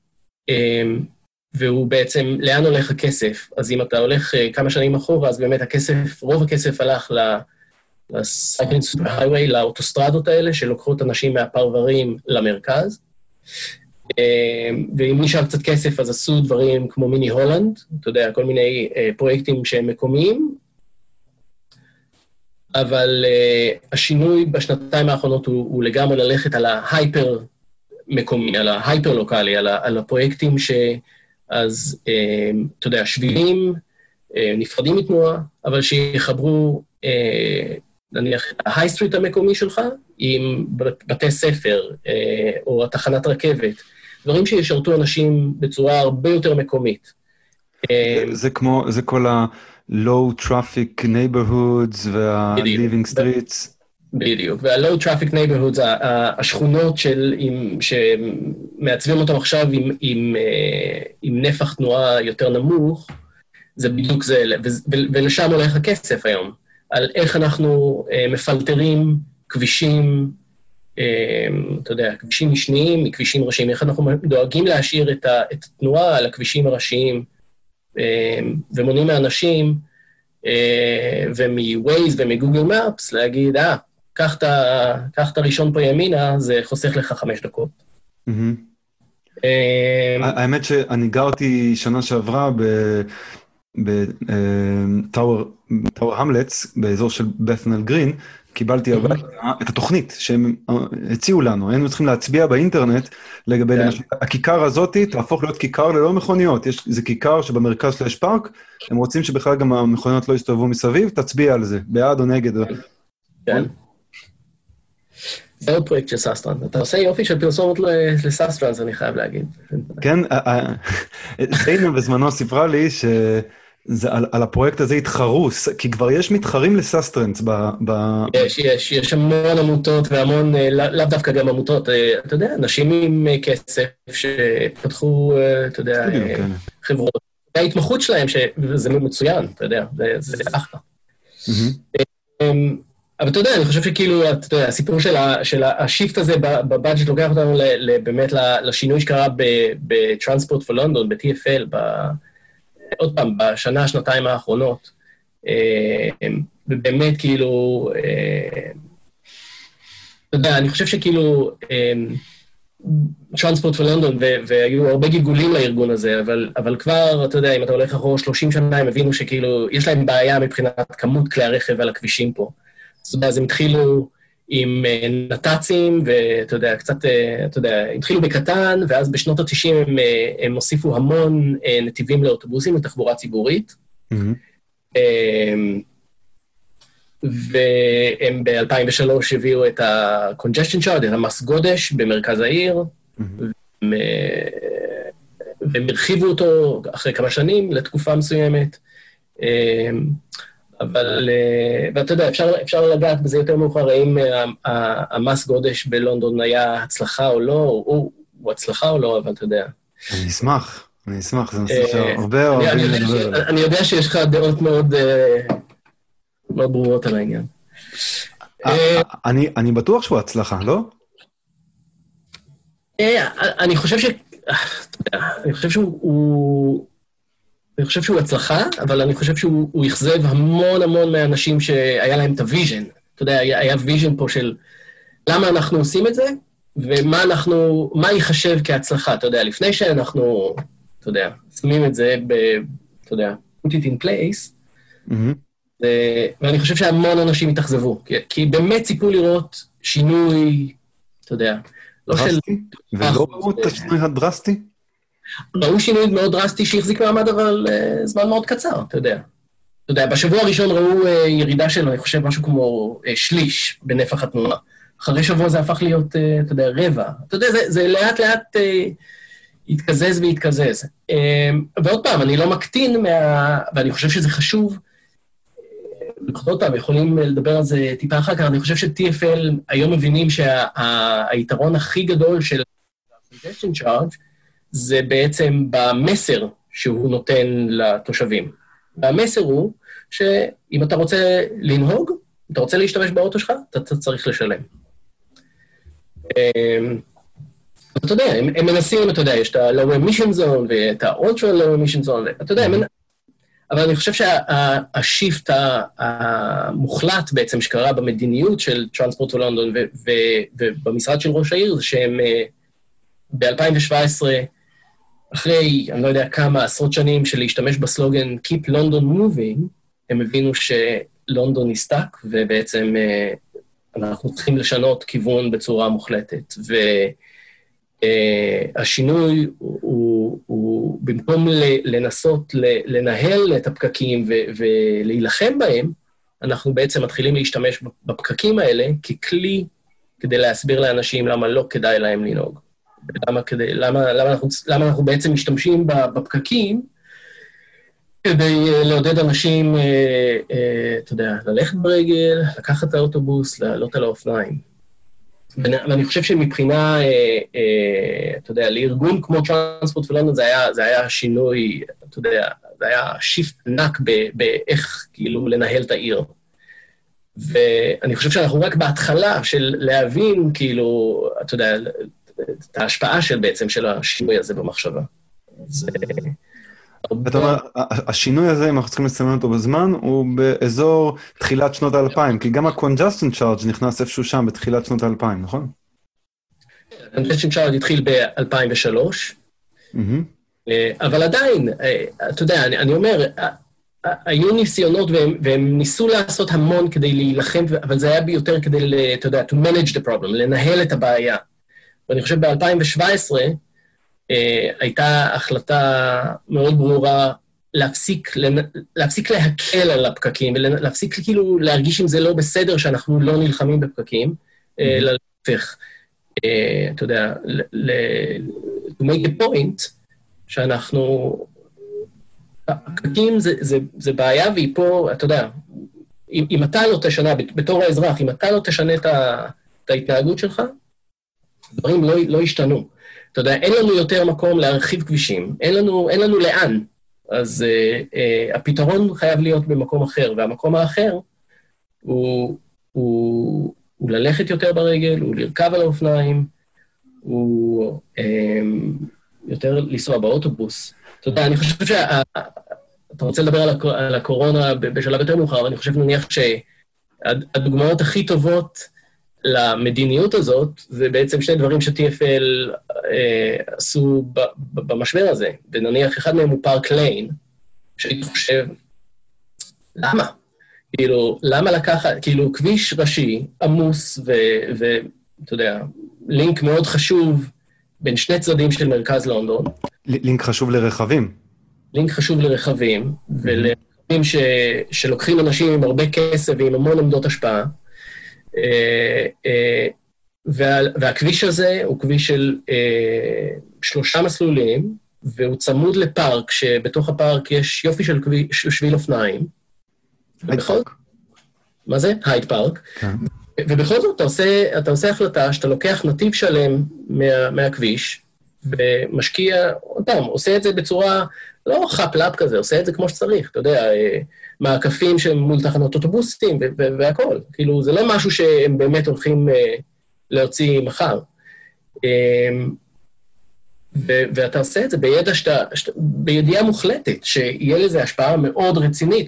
והוא בעצם, לאן הולך הכסף? אז אם אתה הולך כמה שנים אחורה, אז באמת רוב הכסף הלך לסייקלינג סופר הייווי, לאוטוסטרדות האלה, שלוקחות אנשים מהפרברים למרכז, ואם נשאר קצת כסף, אז עשו דברים כמו מיני הולנד, אתה יודע, כל מיני פרויקטים שהם מקומיים, אבל השינוי בשנתיים האחרונות הוא לגמרי ללכת על ההייפר מקומי, על ההייפר לוקלי, על הפרויקטים אז, אתה יודע, שבילים נפרדים מתנועה, אבל שיחברו, נניח, ההיי סטריט המקומי שלך עם בתי ספר או תחנת רכבת, דברים שישרתו אנשים בצורה הרבה יותר מקומית. זה כל ה-low traffic neighborhoods וה-living streets. בדיוק, וה-low traffic neighborhoods, השכונות שמעצבים אותם עכשיו עם נפח תנועה יותר נמוך, זה בדיוק זה, ולשם הולך הכסף היום, על איך אנחנו מפלטרים כבישים, אתה יודע, כבישים משניים מכבישים ראשיים, איך אנחנו דואגים להשאיר את התנועה על הכבישים הראשיים, ומונעים מאנשים, ומ-Waze ומגוגל מפס, להגיד, קח את הראשון פה ימינה, זה חוסך לך 5 דקות. האמת שאני גרתי שנה שעברה בטאוור המלטס, באזור של בת'נל גרין, קיבלתי את התוכנית שהם הציעו לנו, היינו צריכים להצביע באינטרנט לגבי למשל, הכיכר הזאת תהפוך להיות כיכר ללא מכוניות, זה כיכר שבמרכז יש פארק, הם רוצים שבכלל גם המכוניות לא יסתובבו מסביב, תצביע על זה, בעד או נגד. כן. זה עוד פרויקט של סאסטרנס, אתה עושה יופי של פרסומות לסאסטרנס, אני חייב להגיד. כן, דיינה בזמנו סיפרה לי על הפרויקט הזה התחרו, כי כבר יש מתחרים לסאסטרנס יש המון עמותות והמון, לאו דווקא גם עמותות, אתה יודע, אנשים עם כסף שפתחו, אתה יודע, חברות. ההתמחות שלהם, שזה מצוין, אתה יודע, זה אחלה. אבל אתה יודע, אני חושב שכאילו, אתה יודע, הסיפור של השיפט הזה בבאג'ט לוקח אותנו באמת לשינוי שקרה בטרנספורט פור לונדון, ב-TFL, עוד פעם, בשנה, שנתיים האחרונות, ובאמת כאילו, אתה יודע, אני חושב שכאילו, טרנספורט פור לונדון, והיו הרבה גלגולים לארגון הזה, אבל כבר, אתה יודע, אם אתה הולך אחורה 30 שנה, הם הבינו שכאילו, יש להם בעיה מבחינת כמות כלי הרכב על הכבישים פה. זאת אומרת, אז הם התחילו עם נת"צים, ואתה יודע, קצת, אתה יודע, התחילו בקטן, ואז בשנות ה-90 הם הוסיפו המון נתיבים לאוטובוסים, לתחבורה ציבורית, והם ב-2003 הביאו את ה-congestion charge, את המס גודש במרכז העיר, והם הרחיבו אותו אחרי כמה שנים לתקופה מסוימת, אבל, ואתה יודע, אפשר לדעת בזה יותר מאוחר, האם המס גודש בלונדון היה הצלחה או לא, הוא הצלחה או לא, אבל אתה יודע. אני אשמח, זה נושא שהרבה אוהבים לדבר. אני יודע שיש לך דעות מאוד ברורות על העניין. אני בטוח שהוא הצלחה, לא? אני חושב שהוא הצלחה, אבל אני חושב שהוא יחזב המון מהאנשים שהיה להם את הוויז'ן. אתה יודע, היה ויז'ן פה של למה אנחנו עושים את זה, ומה ייחשב כהצלחה. אתה יודע, לפני שאנחנו, אתה יודע, שמים את זה אתה יודע, put it in place, ואני חושב שהמון אנשים יתאכזבו, כי באמת ציפו לראות שינוי, אתה יודע, לא של... ולא ראו את השינוי הדרסטי? ראו שינוי מאוד דרסטי שהחזיק מעמד, אבל זמן מאוד קצר, אתה יודע. אתה יודע, בשבוע הראשון ראו ירידה שלו, אני חושב, משהו כמו שליש בנפח התנועה. אחרי שבוע זה הפך להיות, אתה יודע, רבע. אתה יודע, זה לאט יתקזז ויתקזז. ועוד פעם, אני לא מקטין ואני חושב שזה חשוב, עוד פעם, יכולים לדבר על זה טיפה אחר כך, אני חושב ש-TFL היום מבינים שהיתרון הכי גדול של congestion charge זה בעצם במסר שהוא נותן לתושבים. והמסר הוא שאם אתה רוצה לנהוג, אתה רוצה להשתמש באוטו שלך, אתה צריך לשלם. אתה יודע, הם מנסים, אתה יודע, יש את ה-low emission zone ואת ה-ultra low emission zone, אתה יודע, אבל אני חושב שהשיפט המוחלט בעצם שקרה במדיניות של טרנספורט פור לונדון ובמשרד של ראש העיר, זה שהם ב-2017, אחרי, אני לא יודע כמה, עשרות שנים של להשתמש בסלוגן Keep London Moving, הם הבינו שלונדון נסתק, ובעצם אנחנו צריכים לשנות כיוון בצורה מוחלטת. והשינוי הוא במקום לנסות לנהל את הפקקים ולהילחם בהם, אנחנו בעצם מתחילים להשתמש בפקקים האלה ככלי כדי להסביר לאנשים למה לא כדאי להם לנהוג. למה אנחנו בעצם משתמשים בפקקים כדי לעודד אנשים, אתה יודע, ללכת ברגל, לקחת את האוטובוס, לעלות על האופניים. ואני חושב שמבחינה, אתה יודע, לארגון כמו טרנספורט פור לונדון זה היה שינוי, אתה יודע, זה היה שיפט ענק באיך כאילו לנהל את העיר. ואני חושב שאנחנו רק בהתחלה של להבין, כאילו, אתה יודע, את ההשפעה של בעצם של השינוי הזה במחשבה. אתה אומר, השינוי הזה, אם אנחנו צריכים לסמן אותו בזמן, הוא באזור תחילת שנות ה-2000, כי גם ה-congestion charge נכנס איפשהו שם בתחילת שנות ה-2000, נכון? ה-congestion charge התחיל ב-2003, אבל עדיין, אתה יודע, אני אומר, היו ניסיונות, והם ניסו לעשות המון כדי להילחם, אבל זה היה ביותר כדי, אתה יודע, to manage the problem, לנהל את הבעיה. ואני חושב ב-2017 הייתה החלטה מאוד ברורה להפסיק להקל על הפקקים, ולהפסיק כאילו להרגיש אם זה לא בסדר שאנחנו לא נלחמים בפקקים, להפך, אתה יודע, to make a point, שאנחנו, הפקקים זה בעיה, והיא פה, אתה יודע, אם אתה לא תשנה, בתור האזרח, אם אתה לא תשנה את ההתנהגות שלך, דברים לא ישתנו. אתה יודע, אין לנו יותר מקום להרחיב כבישים, אין לנו לאן, אז הפתרון חייב להיות במקום אחר, והמקום האחר הוא ללכת יותר ברגל, הוא לרכב על האופניים, הוא יותר לנסוע באוטובוס. אתה יודע, אני חושב אתה רוצה לדבר על הקורונה בשלב יותר מאוחר, אבל אני חושב נניח שהדוגמאות הכי טובות למדיניות הזאת, זה בעצם שני דברים ש-TFL עשו במשבר הזה, ונניח אחד מהם הוא פארק ליין, שהייתי חושב, למה? כאילו, למה לקחת, כאילו, כביש ראשי, עמוס, ואתה יודע, לינק מאוד חשוב בין שני צדדים של מרכז לונדון. לינק חשוב לרכבים. לינק חשוב לרכבים, ולרכבים שלוקחים אנשים עם הרבה כסף ועם המון עמדות השפעה, והכביש הזה הוא כביש של 3 מסלולים, והוא צמוד לפארק, שבתוך הפארק יש יופי של שביל אופניים. הייד פארק. מה זה? הייד פארק. ובכל זאת אתה עושה החלטה שאתה לוקח נתיב שלם מהכביש, ומשקיע, אותם, עושה את זה בצורה לא חפלאפ כזה, עושה את זה כמו שצריך, אתה יודע, מעקפים שהם מול תחנות אוטובוסים והכל. כאילו, זה לא משהו שהם באמת הולכים להוציא מחר. ואתה עושה את זה בידיעה מוחלטת, שיהיה לזה השפעה מאוד רצינית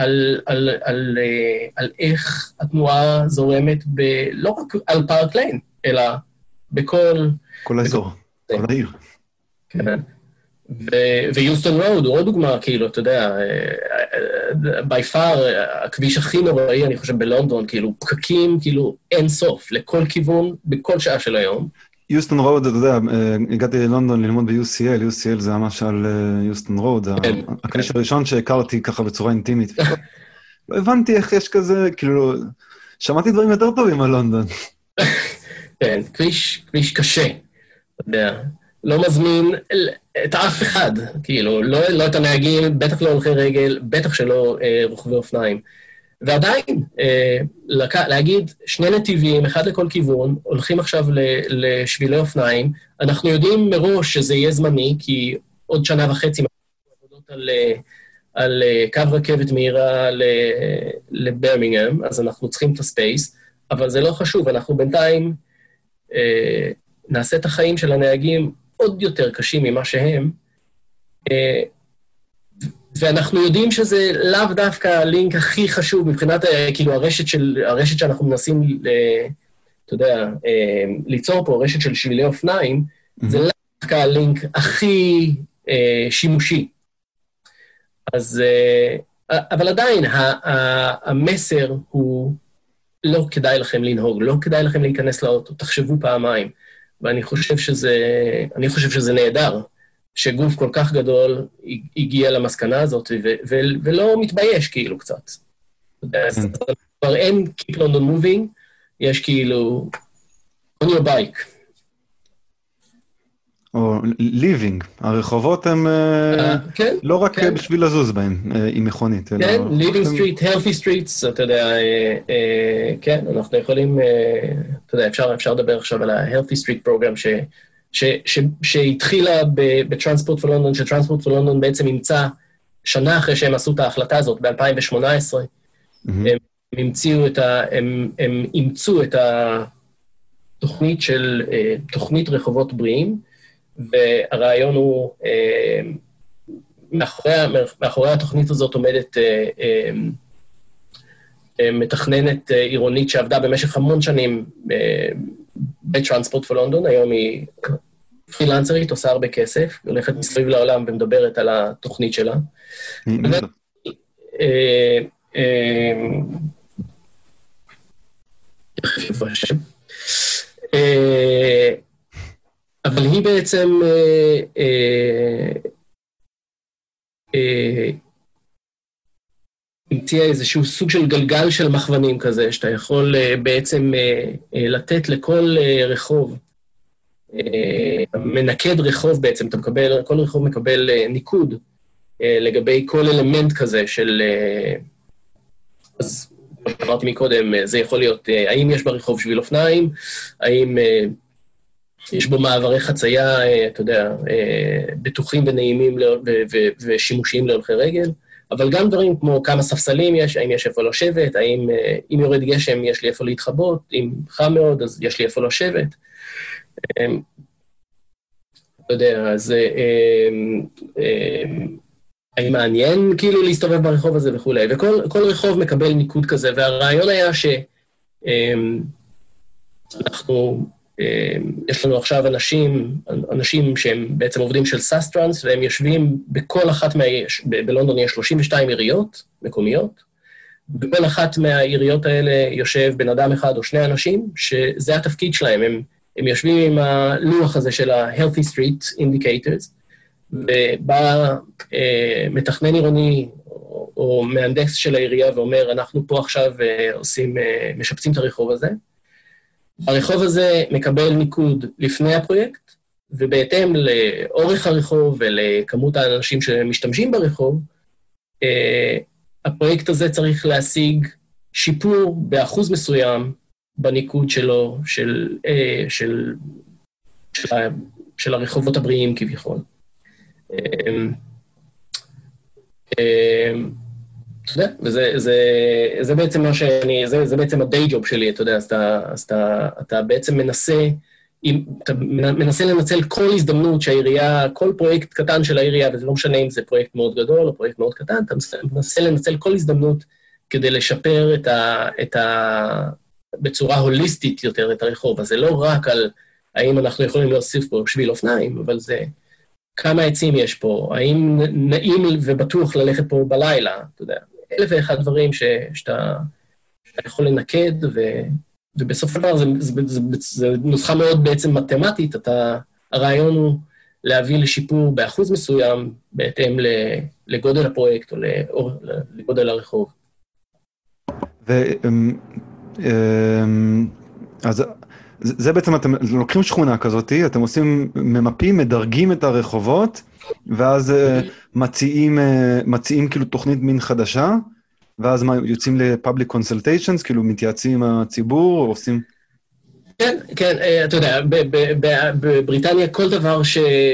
על איך התנועה זורמת, לא רק על פארק ליין, אלא בכל... כל האזור, כל העיר. כן. ויוסטון רוד הוא עוד דוגמה, כאילו, אתה יודע, by far, הכביש הכי נוראי, אני חושב, בלונדון, כאילו, פקקים, כאילו, אין סוף, לכל כיוון, בכל שעה של היום. יוסטון רוד, אתה יודע, הגעתי ללונדון ללמוד ב-UCL, UCL זה ממש על יוסטון רוד, הכביש הראשון שהכרתי ככה בצורה אינטימית. לא הבנתי איך יש כזה, כאילו, שמעתי דברים יותר טובים על לונדון. כן, כביש קשה, אתה יודע, לא מזמין את אף אחד, כאילו, לא את הנהגים, בטח לא הולכי רגל, בטח שלא רוכבי אופניים. ועדיין, להגיד 2 נתיבים, אחד לכל כיוון, הולכים עכשיו לשבילי אופניים, אנחנו יודעים מראש שזה יהיה זמני, כי עוד 1.5 שנה עבודות על קו רכבת מהירה לברמינגהם, אז אנחנו צריכים את הספייס, אבל זה לא חשוב, אנחנו בינתיים נעשה את החיים של הנהגים עוד יותר קשים ממה שהם, ואנחנו יודעים שזה לאו דווקא הלינק הכי חשוב מבחינת, כאילו, הרשת שאנחנו מנסים, אתה יודע, ליצור פה, הרשת של שבילי אופניים, זה לאו דווקא הלינק הכי שימושי. אז, אבל עדיין, המסר הוא, לא כדאי לכם לנהוג, לא כדאי לכם להיכנס לאוטו, תחשבו פעמיים. ואני חושב שזה נהדר. שגוף כל כך גדול הגיע למסקנה הזאת, ולא מתבייש כאילו קצת. אז כבר אין Keep London Moving, יש כאילו on your bike. או living, הרחובות הם לא רק בשביל לזוז בהם, עם מכונית. כן, living street, healthy streets, אתה יודע, כן, אנחנו יכולים, אתה יודע, אפשר לדבר עכשיו על ה-healthy street program שהתחילה בטרנספורט פור לונדון, שטרנספורט פור לונדון בעצם אימצה, שנה אחרי שהם עשו את ההחלטה הזאת, ב-2018, הם אימצו את התוכנית של, תוכנית רחובות בריאים, והרעיון הוא, מאחורי התוכנית הזאת עומדת מתכננת עירונית שעבדה במשך המון שנים בטרנספורט פור לונדון, היום היא פרילנסרית, עושה הרבה כסף, הולכת מסביב לעולם ומדברת על התוכנית שלה. אבל היא בעצם המציאה איזשהו סוג של גלגל של מכוונים כזה, שאתה יכול בעצם לתת לכל רחוב, מנקד רחוב בעצם, כל רחוב מקבל ניקוד לגבי כל אלמנט כזה של, אז אמרתי מקודם, זה יכול להיות, האם יש ברחוב שביל אופניים, האם יש בו מעברי חצייה, אתה יודע, בטוחים ונעימים ושימושיים להולכי רגל, אבל גם דברים כמו כמה ספסלים יש, האם יש איפה לשבת, האם אם יורד גשם יש לי איפה להתחבות, אם חם מאוד אז יש לי איפה לשבת. אתה יודע, אז האם מעניין כאילו להסתובב ברחוב הזה וכו'. וכל רחוב מקבל ניקוד כזה, והרעיון היה שאנחנו, יש לנו עכשיו אנשים שהם בעצם עובדים של סאסטרנס, והם יושבים בכל אחת בלונדון יש 32 עיריות מקומיות, בכל אחת מהעיריות האלה יושב בן אדם אחד או שני אנשים, שזה התפקיד שלהם, הם יושבים עם הלוח הזה של ה-Healthy Street Indicators, ובא מתכנן עירוני או מהנדס של העירייה ואומר, אנחנו פה עכשיו משפצים את הרחוב הזה, הרחוב הזה מקבל ניקוד לפני הפרויקט, ובהתאם לאורך הרחוב ולכמות האנשים שמשתמשים ברחוב, הפרויקט הזה צריך להשיג שיפור באחוז מסוים בניקוד שלו, של הרחובות הבריאים כביכול. אתה יודע, וזה בעצם מה שאני, זה בעצם הדיי ג'וב שלי, אתה יודע, אז אתה בעצם מנסה לנצל כל הזדמנות שהעירייה, כל פרויקט קטן של העירייה, וזה לא משנה אם זה פרויקט מאוד גדול או פרויקט מאוד קטן, אתה מנסה לנצל כל הזדמנות כדי לשפר בצורה הוליסטית יותר את הרחוב. אז זה לא רק על האם אנחנו יכולים להוסיף פה שביל אופניים, אבל זה כמה עצים יש פה, האם נעים ובטוח ללכת פה בלילה, אתה יודע, 1,001 דברים שאתה יכול לנקד, ובסוף הדבר זה נוסחה מאוד בעצם מתמטית, הרעיון הוא להביא לשיפור באחוז מסוים, בהתאם לגודל הפרויקט או לגודל הרחוב. אז זה בעצם, אתם לוקחים שכונה כזאת, אתם עושים, ממפים, מדרגים את הרחובות, ואז מציעים כאילו תוכנית מין חדשה, ואז יוצאים ל-public consultations, כאילו מתייעצים עם הציבור, עושים... כן, כן, אתה יודע, בבריטניה כל דבר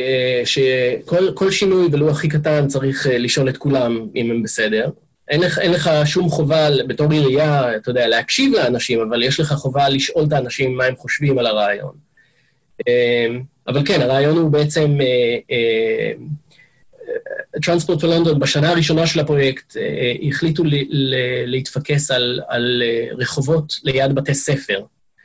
כל שינוי ולו הכי קטן צריך לשאול את כולם אם הם בסדר. אין לך שום חובה בתור עירייה, אתה יודע, להקשיב לאנשים, אבל יש לך חובה לשאול את האנשים מה הם חושבים על הרעיון. אבל כן, הרעיון הוא בעצם, Transport for London, בשנה הראשונה של הפרויקט, החליטו להתפקס על רחובות ליד בתי ספר.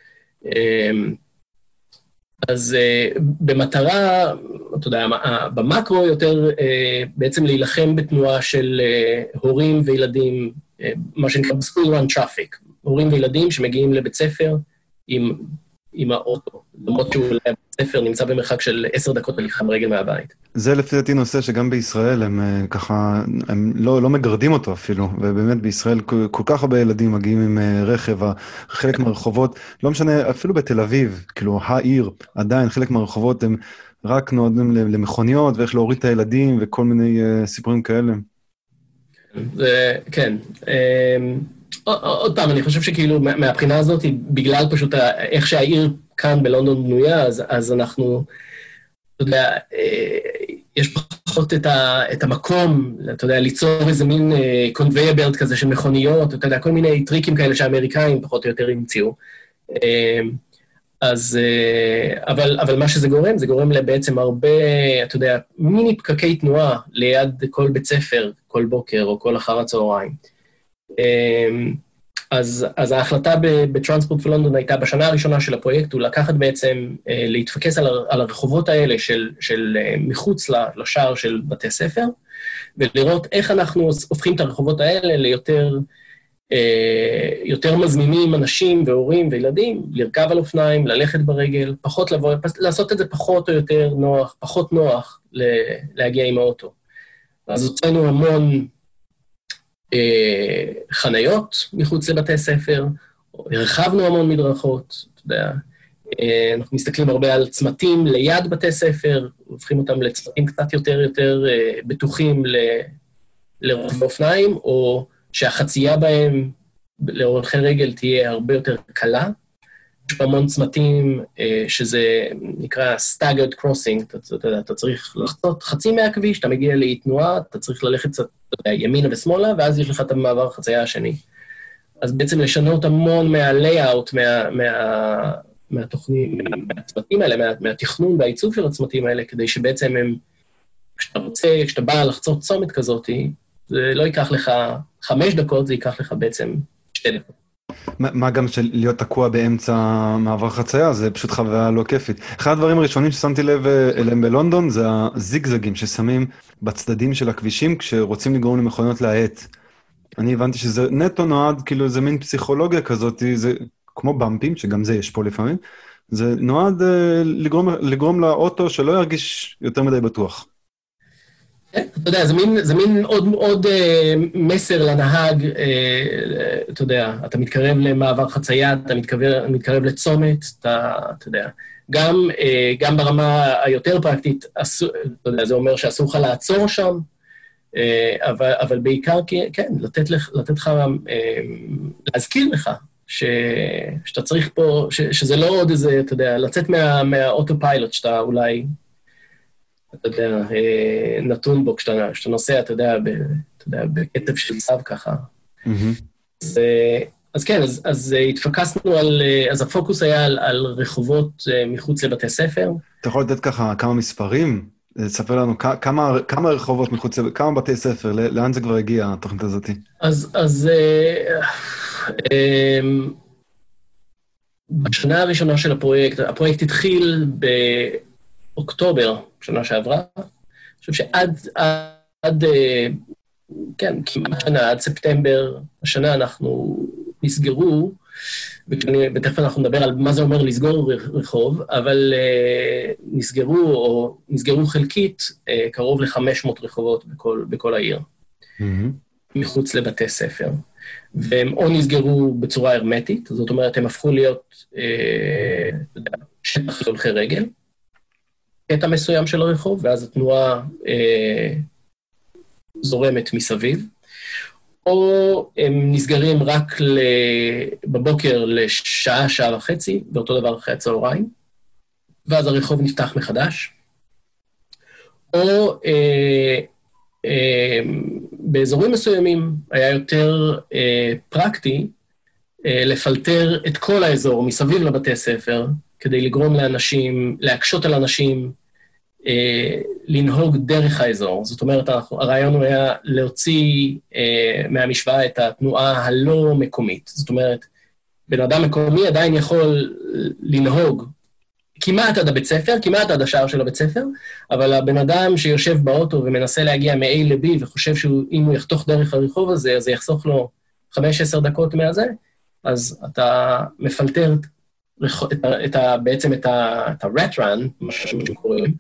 אז במטרה, אתה יודע, במקרו יותר בעצם להילחם בתנועה של הורים וילדים, מה שנקרא school run traffic, הורים וילדים שמגיעים לבית ספר עם האוטו, למרות שהוא לבית ספר נמצא במרחק של 10 דקות הליכה רגל מהבית. זה לפי דעתי נושא שגם בישראל הם ככה, הם לא מגרדים אותו אפילו, ובאמת בישראל כל כך הרבה ילדים מגיעים עם רכב, חלק מהרחובות, לא משנה, אפילו בתל אביב, כאילו העיר, עדיין חלק מהרחובות הם רק נועדים למכוניות, ואיך להוריד את הילדים וכל מיני סיפורים כאלה. כן. עוד פעם, אני חושב שכאילו מהבחינה הזאת, בגלל פשוט איך שהעיר כאן בלונדון בנויה, אז אנחנו, אתה יודע, יש פחות את המקום, אתה יודע, ליצור איזה מין conveyor belt כזה של מכוניות, אתה יודע, כל מיני טריקים כאלה שהאמריקאים פחות או יותר המציאו. אז, אבל מה שזה גורם, זה גורם בעצם הרבה, אתה יודע, מיני פקקי תנועה ליד כל בית ספר, כל בוקר או כל אחר הצהריים. אז ההחלטה בטרנספורט פור לונדון הייתה בשנה הראשונה של הפרויקט, הוא לקחת בעצם, להתפקס על הרחובות האלה של מחוץ לשער של בתי ספר, ולראות איך אנחנו הופכים את הרחובות האלה ליותר יותר מזמינים אנשים והורים וילדים, לרכב על אופניים, ללכת ברגל, פחות לבוא, לעשות את זה פחות או יותר נוח, פחות נוח להגיע עם האוטו. אז הוצאנו המון חניות מחוץ לבתי ספר, הרחבנו המון מדרכות, אתה יודע, אנחנו מסתכלים הרבה על צמתים ליד בתי ספר, הופכים אותם לצמתים קצת יותר בטוחים לרוכבי אופניים, או שהחצייה בהם לאורכי רגל תהיה הרבה יותר קלה. יש פה המון צמתים שזה נקרא staggered crossing, אתה צריך לחצות חצי מהכביש, אתה מגיע לאי תנועה, אתה צריך ללכת קצת ימינה ושמאלה, ואז יש לך את המעבר החצייה השני. אז בעצם לשנות המון מהלייאאוט, מהתוכנית, מהצמתים האלה, מהתכנון והעיצוב של הצמתים האלה, כדי שבעצם הם, כשאתה בא לחצות צומת כזאת, זה לא ייקח לך 5 דקות, זה ייקח לך בעצם 2 דקות. מה גם של להיות תקוע באמצע מעבר חצייה, זה פשוט חוויה לא כיפית. אחד הדברים הראשונים ששמתי לב אליהם בלונדון, זה הזיגזגים ששמים בצדדים של הכבישים, כשרוצים לגרום למכוניות להאט. אני הבנתי שזה נטו נועד, כאילו זה מין פסיכולוגיה כזאת, זה כמו במפים, שגם זה יש פה לפעמים, זה נועד לגרום לאוטו שלא ירגיש יותר מדי בטוח. אתה יודע, זה מין עוד מסר לנהג, אתה יודע, אתה מתקרב למעבר חצייה, אתה מתקרב לצומת, אתה יודע, גם ברמה היותר פרקטית, אתה יודע, זה אומר שאסור לך לעצור שם, אבל בעיקר, כן, לתת לך, להזכיר לך, שאתה צריך פה, שזה לא עוד איזה, אתה יודע, לצאת מהאוטופיילוט שאתה אולי, אתה יודע, נתון בו כשאתה נוסע, אתה יודע, בקטב של צו ככה. אז כן, אז התפקסנו אז הפוקוס היה על רחובות מחוץ לבתי ספר. אתה יכול לתת ככה כמה מספרים? תספר לנו כמה רחובות מחוץ, כמה בתי ספר, לאן זה כבר הגיע, התוכנית הזאת? אז בשנה הראשונה של הפרויקט התחיל באוקטובר, שנה שעברה. אני חושב שעד כן, כמעט שנה, עד ספטמבר, השנה אנחנו נסגרו, ותכף אנחנו נדבר על מה זה אומר לסגור רחוב, אבל נסגרו חלקית קרוב ל-500 רחובות בכל העיר, מחוץ לבתי ספר. והם או נסגרו בצורה הרמטית, זאת אומרת, הם הפכו להיות שטח להולכי רגל, קטע מסוים של הרחוב, ואז התנועה זורמת מסביב, או הם נסגרים רק בבוקר לשעה, שעה וחצי, באותו דבר אחרי הצהריים, ואז הרחוב נפתח מחדש, או באזורים מסוימים היה יותר פרקטי לפלטר את כל האזור מסביב לבתי ספר, כדי לגרום לאנשים, להקשות על אנשים, לנהוג דרך האזור. זאת אומרת, הרעיון היה להוציא מהמשוואה את התנועה הלא מקומית. זאת אומרת, בן אדם מקומי עדיין יכול לנהוג כמעט עד הבית ספר, כמעט עד השער של הבית ספר, אבל הבן אדם שיושב באוטו ומנסה להגיע מ-A ל-B וחושב שאם הוא יחתוך דרך הרחוב הזה, אז זה יחסוך לו 5-10 דקות מהזה, אז אתה מפלטר בעצם את ה-rat run, מה שקוראים,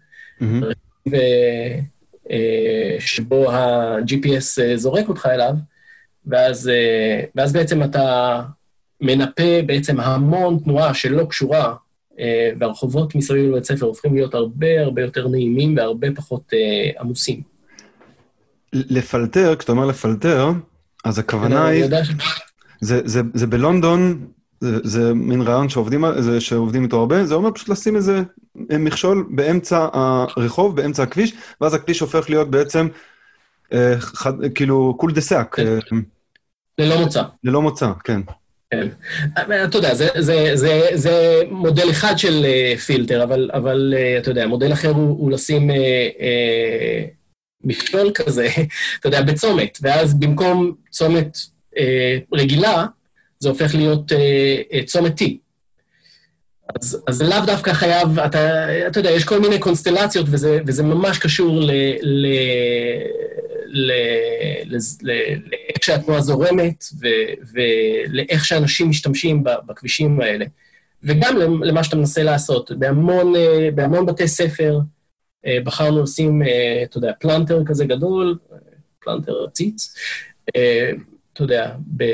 שבו ה-GPS זורק אותך אליו, ואז בעצם אתה מנפה בעצם המון תנועה שלא קשורה, והרחובות מסביב לבית ספר הופכים להיות הרבה יותר נעימים והרבה פחות עמוסים. לפלטר, כשאתה אומר לפלטר, אז הכוונה היא, זה בלונדון, זה מין רעיון שעובדים איתו הרבה, זה אומר פשוט לשים איזה מכשול באמצע הרחוב, באמצע הכביש, ואז הכביש הופך להיות בעצם, כאילו, קול דסק. ללא מוצא. ללא מוצא, כן. כן. אתה יודע, זה מודל אחד של פילטר, אבל אתה יודע, מודל אחר הוא לשים מכשול כזה, אתה יודע, בצומת, ואז במקום צומת רגילה, זה הופך להיות צומת T. אז לאו דווקא חייב, אתה יודע, יש כל מיני קונסטלציות, וזה ממש קשור לאיך שהתנועה זורמת, ולאיך שאנשים משתמשים בכבישים האלה. וגם למה שאתה מנסה לעשות. בהמון בתי ספר בחרנו לשים, אתה יודע, פלנטר כזה גדול, פלנטר ציץ, אתה יודע,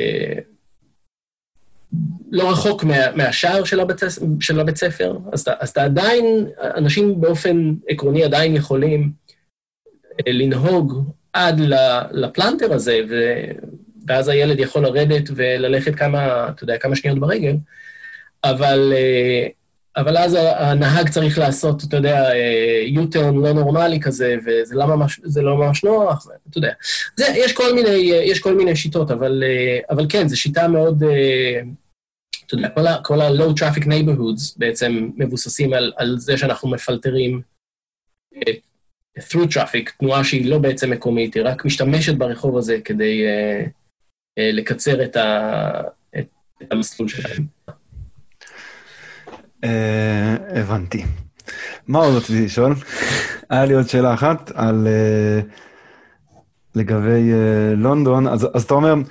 לא רחוק מהשער של הבית ספר, אז אתה עדיין, אנשים באופן עקרוני עדיין יכולים לנהוג עד לפלנטר הזה, ואז הילד יכול לרדת וללכת כמה שניות ברגל, אבל אז הנהג צריך לעשות, אתה יודע, U-turn לא נורמלי כזה, וזה לא ממש נוח, אתה יודע. יש כל מיני שיטות, אבל כן, זו שיטה מאוד, אתה יודע, כל ה-low traffic neighborhoods בעצם מבוססים על זה שאנחנו מפלטרים through traffic, תנועה שהיא לא בעצם מקומית, היא רק משתמשת ברחוב הזה כדי לקצר את המסלול שלהם. הבנתי. מה עוד רציתי לשאול? היה לי עוד שאלה אחת לגבי לונדון. אז אתה אומר,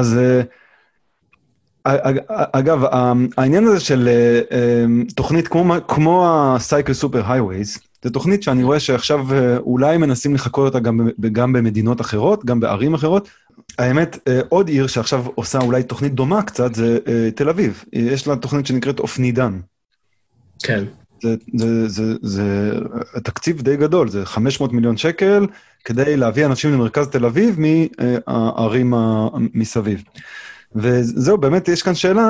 אגב, העניין הזה של תוכנית כמו ה-Cycle Super Highways, זו תוכנית שאני רואה שעכשיו אולי מנסים לחכות אותה גם במדינות אחרות, גם בערים אחרות. האמת, עוד עיר שעכשיו עושה אולי תוכנית דומה קצת, זה תל אביב. יש לה תוכנית שנקראת אופנידן. כן. זה תקציב די גדול, זה 500 מיליון שקל, כדי להביא אנשים למרכז תל אביב מהערים מסביב. וזהו, באמת יש כאן שאלה,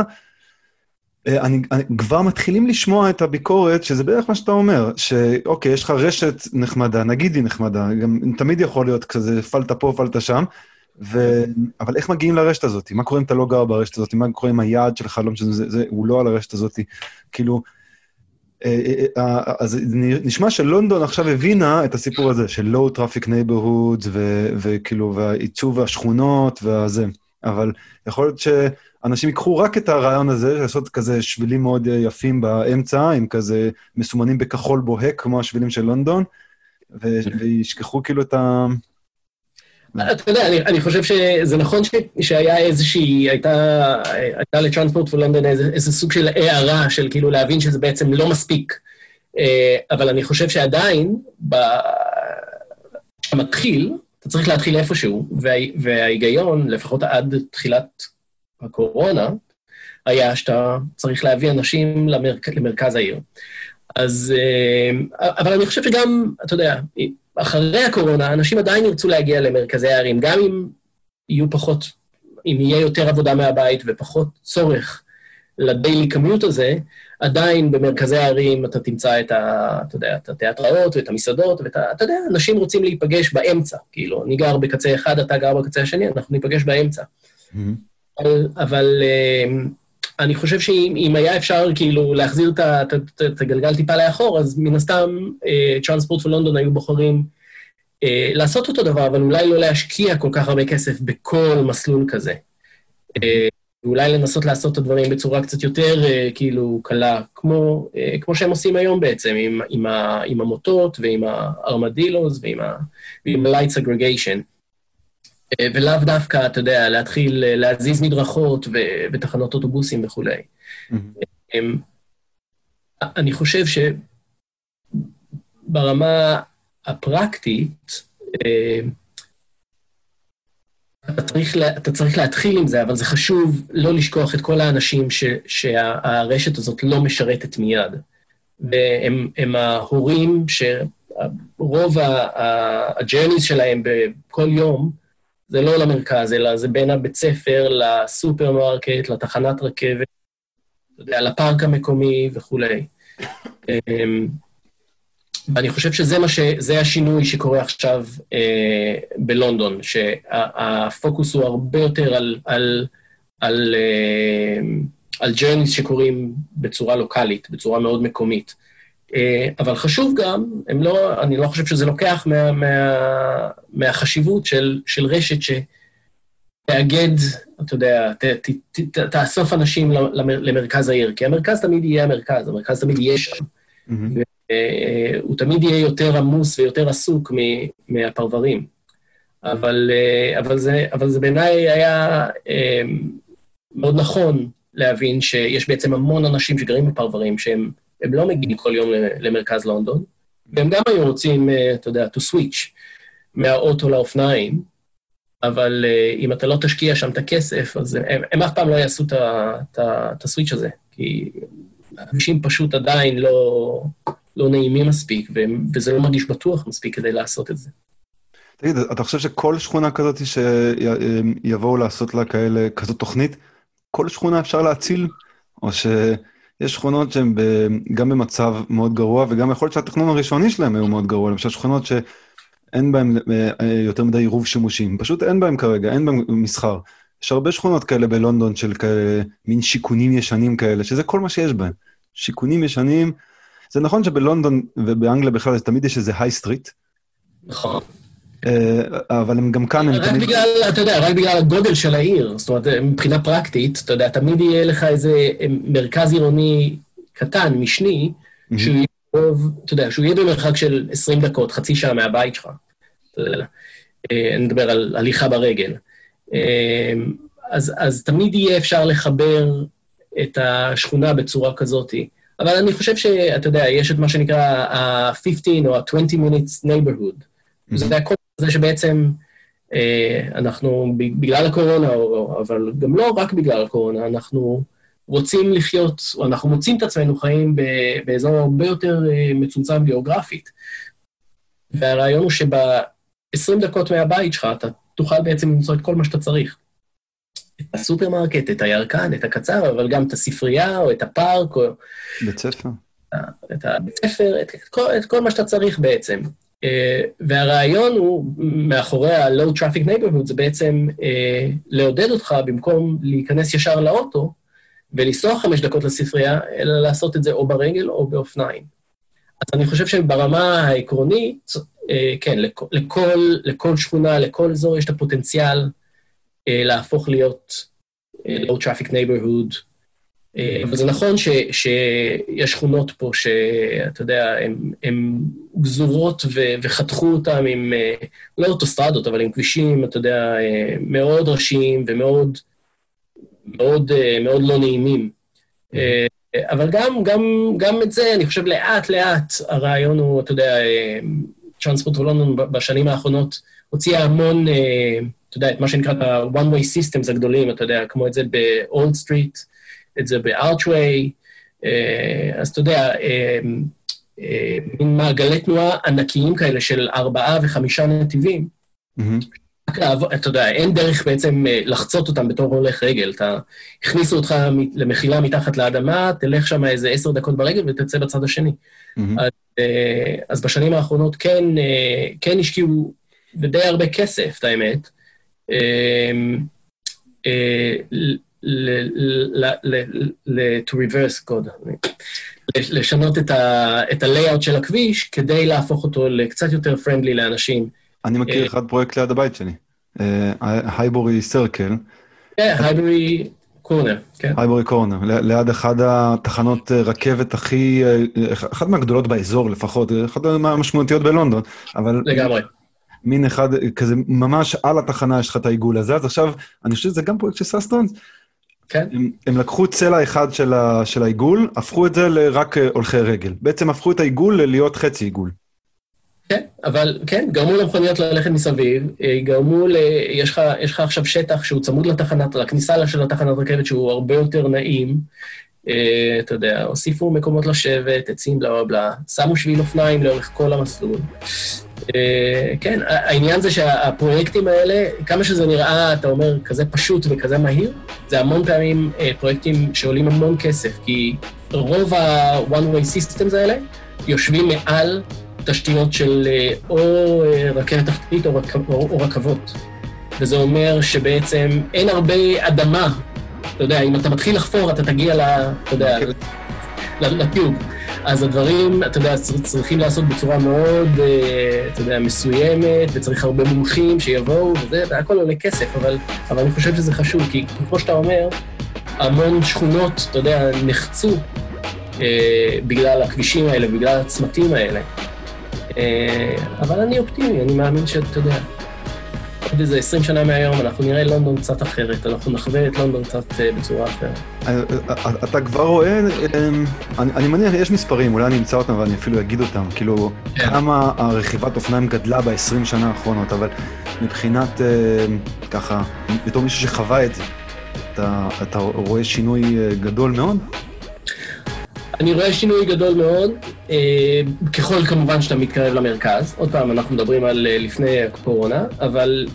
כבר מתחילים לשמוע את הביקורת, שזה בערך מה שאתה אומר, שאוקיי, יש לך רשת נחמדה, נגיד היא נחמדה, גם תמיד יכול להיות כזה פלטה פה, פלטה שם, אבל איך מגיעים לרשת הזאת? מה קורה אם אתה לא גר ברשת הזאת? מה קורה אם היעד שלך, הוא לא על הרשת הזאת? כאילו, אז נשמע שלונדון עכשיו הבינה את הסיפור הזה, של low traffic neighborhoods, וכאילו, והעיצוב והשכונות והזה. אבל יכול להיות שאנשים ייקחו רק את הרעיון הזה, לעשות כזה שבילים מאוד יפים באמצע, עם כזה מסומנים בכחול בוהק, כמו השבילים של לונדון, וישכחו כאילו את ה... אתה יודע, אני חושב שזה נכון שהיה איזושהי, הייתה לטרנספורט פור לונדון איזה סוג של הערה, של כאילו להבין שזה בעצם לא מספיק, אבל אני חושב שעדיין, המתחיל, אתה צריך להתחיל איפשהו, וההיגיון, לפחות עד תחילת הקורונה, היה שאתה צריך להביא אנשים למרכז העיר. אז, אבל אני חושב שגם, אתה יודע, אחרי הקורונה, אנשים עדיין ירצו להגיע למרכזי הערים, גם אם יהיו פחות, אם יהיה יותר עבודה מהבית ופחות צורך לדיילי קמיוט הזה, עדיין במרכזי הערים אתה תמצא אתה יודע, את התיאטראות ואת המסעדות, ואתה יודע, אנשים רוצים להיפגש באמצע, כאילו, אני גר בקצה אחד, אתה גר בקצה השני, אנחנו ניפגש באמצע. אבל אני חושב שאם היה אפשר כאילו להחזיר את הגלגל טיפה לאחור, אז מן הסתם טרנספורט פור לונדון היו בוחרים לעשות אותו דבר, אבל אולי לא להשקיע כל כך הרבה כסף בכל מסלול כזה. ואולי לנסות לעשות את הדברים בצורה קצת יותר כאילו קלה, כמו שהם עושים היום בעצם, עם המוטות ועם הארמדילוס ועם ה-light segregation. ולאו דווקא, אתה יודע, להתחיל להזיז מדרכות ותחנות אוטובוסים וכו'. אני חושב שברמה הפרקטית, אתה צריך להתחיל עם זה, אבל זה חשוב לא לשכוח את כל האנשים שהרשת הזאת לא משרתת מיד. והם ההורים שרוב הג'רניז שלהם בכל יום, זה לא למרכז, אלא זה בין הבית ספר לסופרמרקט, לתחנת רכבת, לפארק המקומי וכו'. ואני חושב שזה השינוי שקורה עכשיו בלונדון, שהפוקוס הוא הרבה יותר על ג'רניס שקורים בצורה לוקלית, בצורה מאוד מקומית. אבל חשוב גם, אני לא חושב שזה לוקח מהחשיבות של רשת שתאגד, אתה יודע, תאסוף אנשים למרכז העיר, כי המרכז תמיד יהיה המרכז תמיד יהיה שם. הוא תמיד יהיה יותר עמוס ויותר עסוק מהפרברים. אבל זה בעיניי היה מאוד נכון להבין שיש בעצם המון אנשים שגרים בפרברים, שהם לא מגיעים כל יום למרכז לונדון, והם גם היו רוצים, אתה יודע, to switch מהאוטו לאופניים, אבל אם אתה לא תשקיע שם את הכסף, אז הם אף פעם לא יעשו את הסוויץ' הזה, כי אנשים פשוט עדיין לא נעימים מספיק, וזה לא מרגיש בטוח מספיק כדי לעשות את זה. תגיד, אתה חושב שכל שכונה כזאת שיבואו לעשות לה כזאת תוכנית, כל שכונה אפשר להציל? או שיש שכונות שהן גם במצב מאוד גרוע, וגם יכול להיות שהתכנון הראשוני שלהם היו מאוד גרוע, למשל שכונות שאין בהן יותר מדי עירוב שימושים, פשוט אין בהן כרגע, אין בהן מסחר. יש הרבה שכונות כאלה בלונדון של מין שיכונים ישנים כאלה, שזה כל מה שיש בהן. שיכונים ישנים, זה נכון שבלונדון ובאנגליה בכלל תמיד יש איזה היי סטריט. נכון. אבל הם גם כאן... רק בגלל, אתה יודע, רק בגלל הגודל של העיר, זאת אומרת, מבחינה פרקטית, אתה יודע, תמיד יהיה לך איזה מרכז עירוני קטן, משני, שהוא יהיה במרחק של 20 דקות, חצי שעה מהבית שלך. אני מדבר על הליכה ברגל. אז תמיד יהיה אפשר לחבר את השכונה בצורה כזאת. אבל אני חושב שאתה יודע, יש את מה שנקרא ה-15 או ה-20 minutes neighborhood. זה הכל זה שבעצם אנחנו, בגלל הקורונה, אבל גם לא רק בגלל הקורונה, אנחנו רוצים לחיות, או אנחנו מוצאים את עצמנו חיים באזור הרבה יותר מצומצם גיאוגרפית. והרעיון הוא שב-20 דקות מהבית שלך, אתה תוכל בעצם למצוא את כל מה שאתה צריך. את הסופרמרקט, את הירקן, את הקצר, אבל גם את הספרייה, או את הפארק, או... בית ספר. את הבית ספר, את כל מה שאתה צריך בעצם. והרעיון הוא, מאחורי ה-low traffic neighborhood, זה בעצם לעודד אותך במקום להיכנס ישר לאוטו, ולנסוע 5 דקות לספרייה, אלא לעשות את זה או ברגל או באופניים. אז אני חושב שברמה העקרונית, כן, לכל שכונה, לכל אזור, יש את הפוטנציאל להפוך להיות low traffic neighborhood, אבל זה נכון שיש שכונות פה שאתה יודע, הן גזורות וחתכו אותם עם, לא אוטוסטרדות, אבל עם כבישים, אתה יודע, מאוד ראשיים ומאוד מאוד, מאוד לא נעימים. אבל גם את זה, אני חושב, לאט הרעיון הוא, אתה יודע, טרנספורט לונדון בשנים האחרונות הוציאה המון, אתה יודע, את מה שנקרא ה-one-way systems הגדולים, אתה יודע, כמו את זה ב-Old Street, את זה ב-Archway, אז אתה יודע, מין מעגלי תנועה ענקיים כאלה של 4 ו5 נתיבים, אתה יודע, אין דרך בעצם לחצות אותם בתור הולך רגל, הכניסו אותך למחילה מתחת לאדמה, תלך שם איזה 10 דקות ברגל ותצא בצד השני. אז בשנים האחרונות כן השקיעו ודי הרבה כסף, את האמת, to reverse code, לשנות את ה-layout של הכביש, כדי להפוך אותו לקצת יותר friendly לאנשים. אני מכיר אחד פרויקט ליד הבית שלי, הייבורי סרקל. כן, הייבורי קורנר, כן. הייבורי קורנר, ליד אחד התחנות רכבת אחת מהגדולות באזור לפחות, אחת מהמשמעותיות בלונדון, אבל... לגמרי. מין אחד, כזה ממש על התחנה יש לך את העיגול הזה, אז עכשיו, אני חושב שזה גם פרויקט של סאסטונס, כן. הם לקחו צלע אחד של העיגול, הפכו את זה לרק הולכי רגל. בעצם הפכו את העיגול להיות חצי עיגול. כן, אבל כן, גרמו למכוניות ללכת מסביב, יש לך עכשיו שטח שהוא צמוד לתחנת, לכניסה של התחנת רכבת שהוא הרבה יותר נעים, אתה יודע, הוסיפו מקומות לשבת, עצים בלה בלה, שמו שביל אופניים לאורך כל המסלול. כן, העניין זה שהפרויקטים האלה, כמה שזה נראה, אתה אומר, כזה פשוט וכזה מהיר, זה המון פעמים פרויקטים שעולים המון כסף, כי רוב ה-one-way systems האלה יושבים מעל תשתיות של או רכבת תחתית או רכבות. וזה אומר שבעצם אין הרבה אדמה, אתה יודע, אם אתה מתחיל לחפור, אתה תגיע לטיוב. אז הדברים, אתה יודע, צריכים לעשות בצורה מאוד, אתה יודע, מסוימת, וצריך הרבה מומחים שיבואו, וזה, הכל עולה כסף, אבל אני חושב שזה חשוב, כי כמו שאתה אומר, המון שכונות, אתה יודע, נחצו בגלל הכבישים האלה, בגלל הצמתים האלה. אבל אני אופטימי, אני מאמין שאתה יודע. עוד איזה 20 שנה מהיום, אנחנו נראה לונדון קצת אחרת, אנחנו נחווה את לונדון קצת בצורה אחרת. אתה כבר רואה, אני מניח, יש מספרים, אולי אני אמצא אותם ואני אפילו אגיד אותם, כאילו, כמה הרכיבת אופניים גדלה ב-20 שנה האחרונות, אבל מבחינת, ככה, בתור מישהו שחווה את זה, אתה רואה שינוי גדול מאוד? אני רואה שינוי גדול מאוד, ככל כמובן שאתה מתקרב למרכז. עוד פעם, אנחנו מדברים על לפני הקורונה, אבל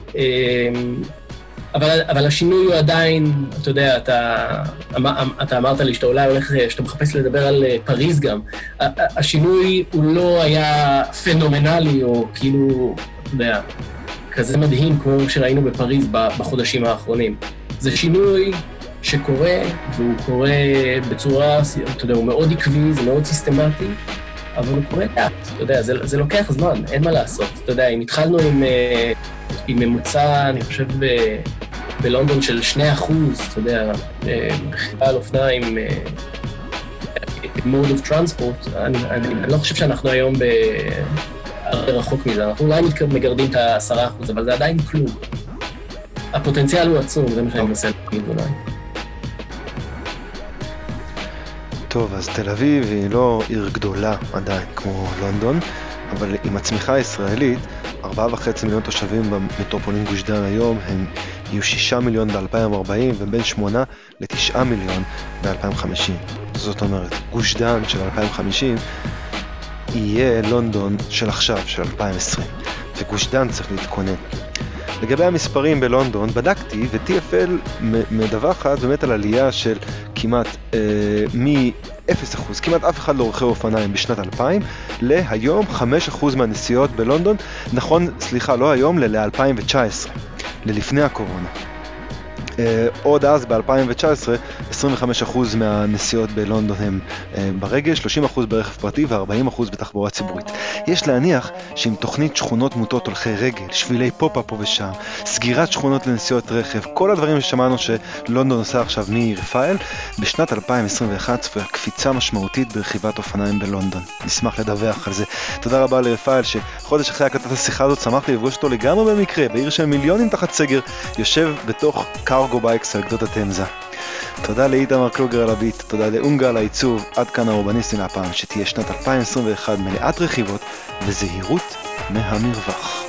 השינוי הוא עדיין, אתה יודע, אתה אמרת לי שאתה אולי הולך, שאתה מחפש לדבר על פריז גם. השינוי הוא לא היה פנומנלי, או כאילו, אתה יודע, כזה מדהים כמו שראינו בפריז בחודשים האחרונים. זה שינוי שקורה, והוא קורה בצורה, אתה יודע, הוא מאוד עקבי, זה מאוד סיסטמטי, אבל הוא קורה לאט, אתה יודע, זה לוקח זמן, אין מה לעשות. אתה יודע, אם התחלנו עם ממוצע, אני חושב, בלונדון של 2%, אתה יודע, בחירה על אופניים, mode of transport, אני לא חושב שאנחנו היום הרבה רחוק מזה, אנחנו אולי מגרדים את ה10%, אבל זה עדיין כלום. הפוטנציאל הוא עצום, זה מה שאני מנסה להגיד אולי. טוב, אז תל אביב היא לא עיר גדולה עדיין כמו לונדון, אבל עם הצמיחה הישראלית, 4.5 מיליון תושבים במטרופולין גוש דן היום, הם יהיו 6 מיליון ב-2040 ובין 8 ל-9 מיליון ב-2050. זאת אומרת, גוש דן של 2050 יהיה לונדון של עכשיו, של 2020, וגוש דן צריך להתכונן. לגבי המספרים בלונדון, בדקתי, ו-TFL מדווחת באמת על עלייה של כמעט מ-0%, כמעט אף אחד לא רוכב אופניים בשנת 2000, להיום 5% מהנסיעות בלונדון, נכון, סליחה, לא היום, ל-2019, ללפני הקורונה. עוד אז ב-2019, 25% מהנסיעות בלונדון הם ברגל, 30% ברכב פרטי ו-40% בתחבורה ציבורית. יש להניח שעם תוכנית שכונות מוטות הולכי רגל, שבילי פופ-אפ פה ושם, סגירת שכונות לנסיעות רכב, כל הדברים ששמענו שלונדון עושה עכשיו מרפאל, בשנת 2021 צפויה קפיצה משמעותית ברכיבת אופניים בלונדון. נשמח לדווח על זה. תודה רבה לרפאל שחודש אחרי הקלטת השיחה הזאת שמח לפגוש אותו לגמרי במקרה, בעיר של מיליונים תחת סגר, יושב בתוך קארגו בייקס על גדות התמזה. תודה לאיתמר קלוגר על הביט, תודה לאונגה על העיצוב. עד כאן האורבניסטים להפעם, שתהיה שנת 2021 מלאת רכיבות וזהירות מהמרווח.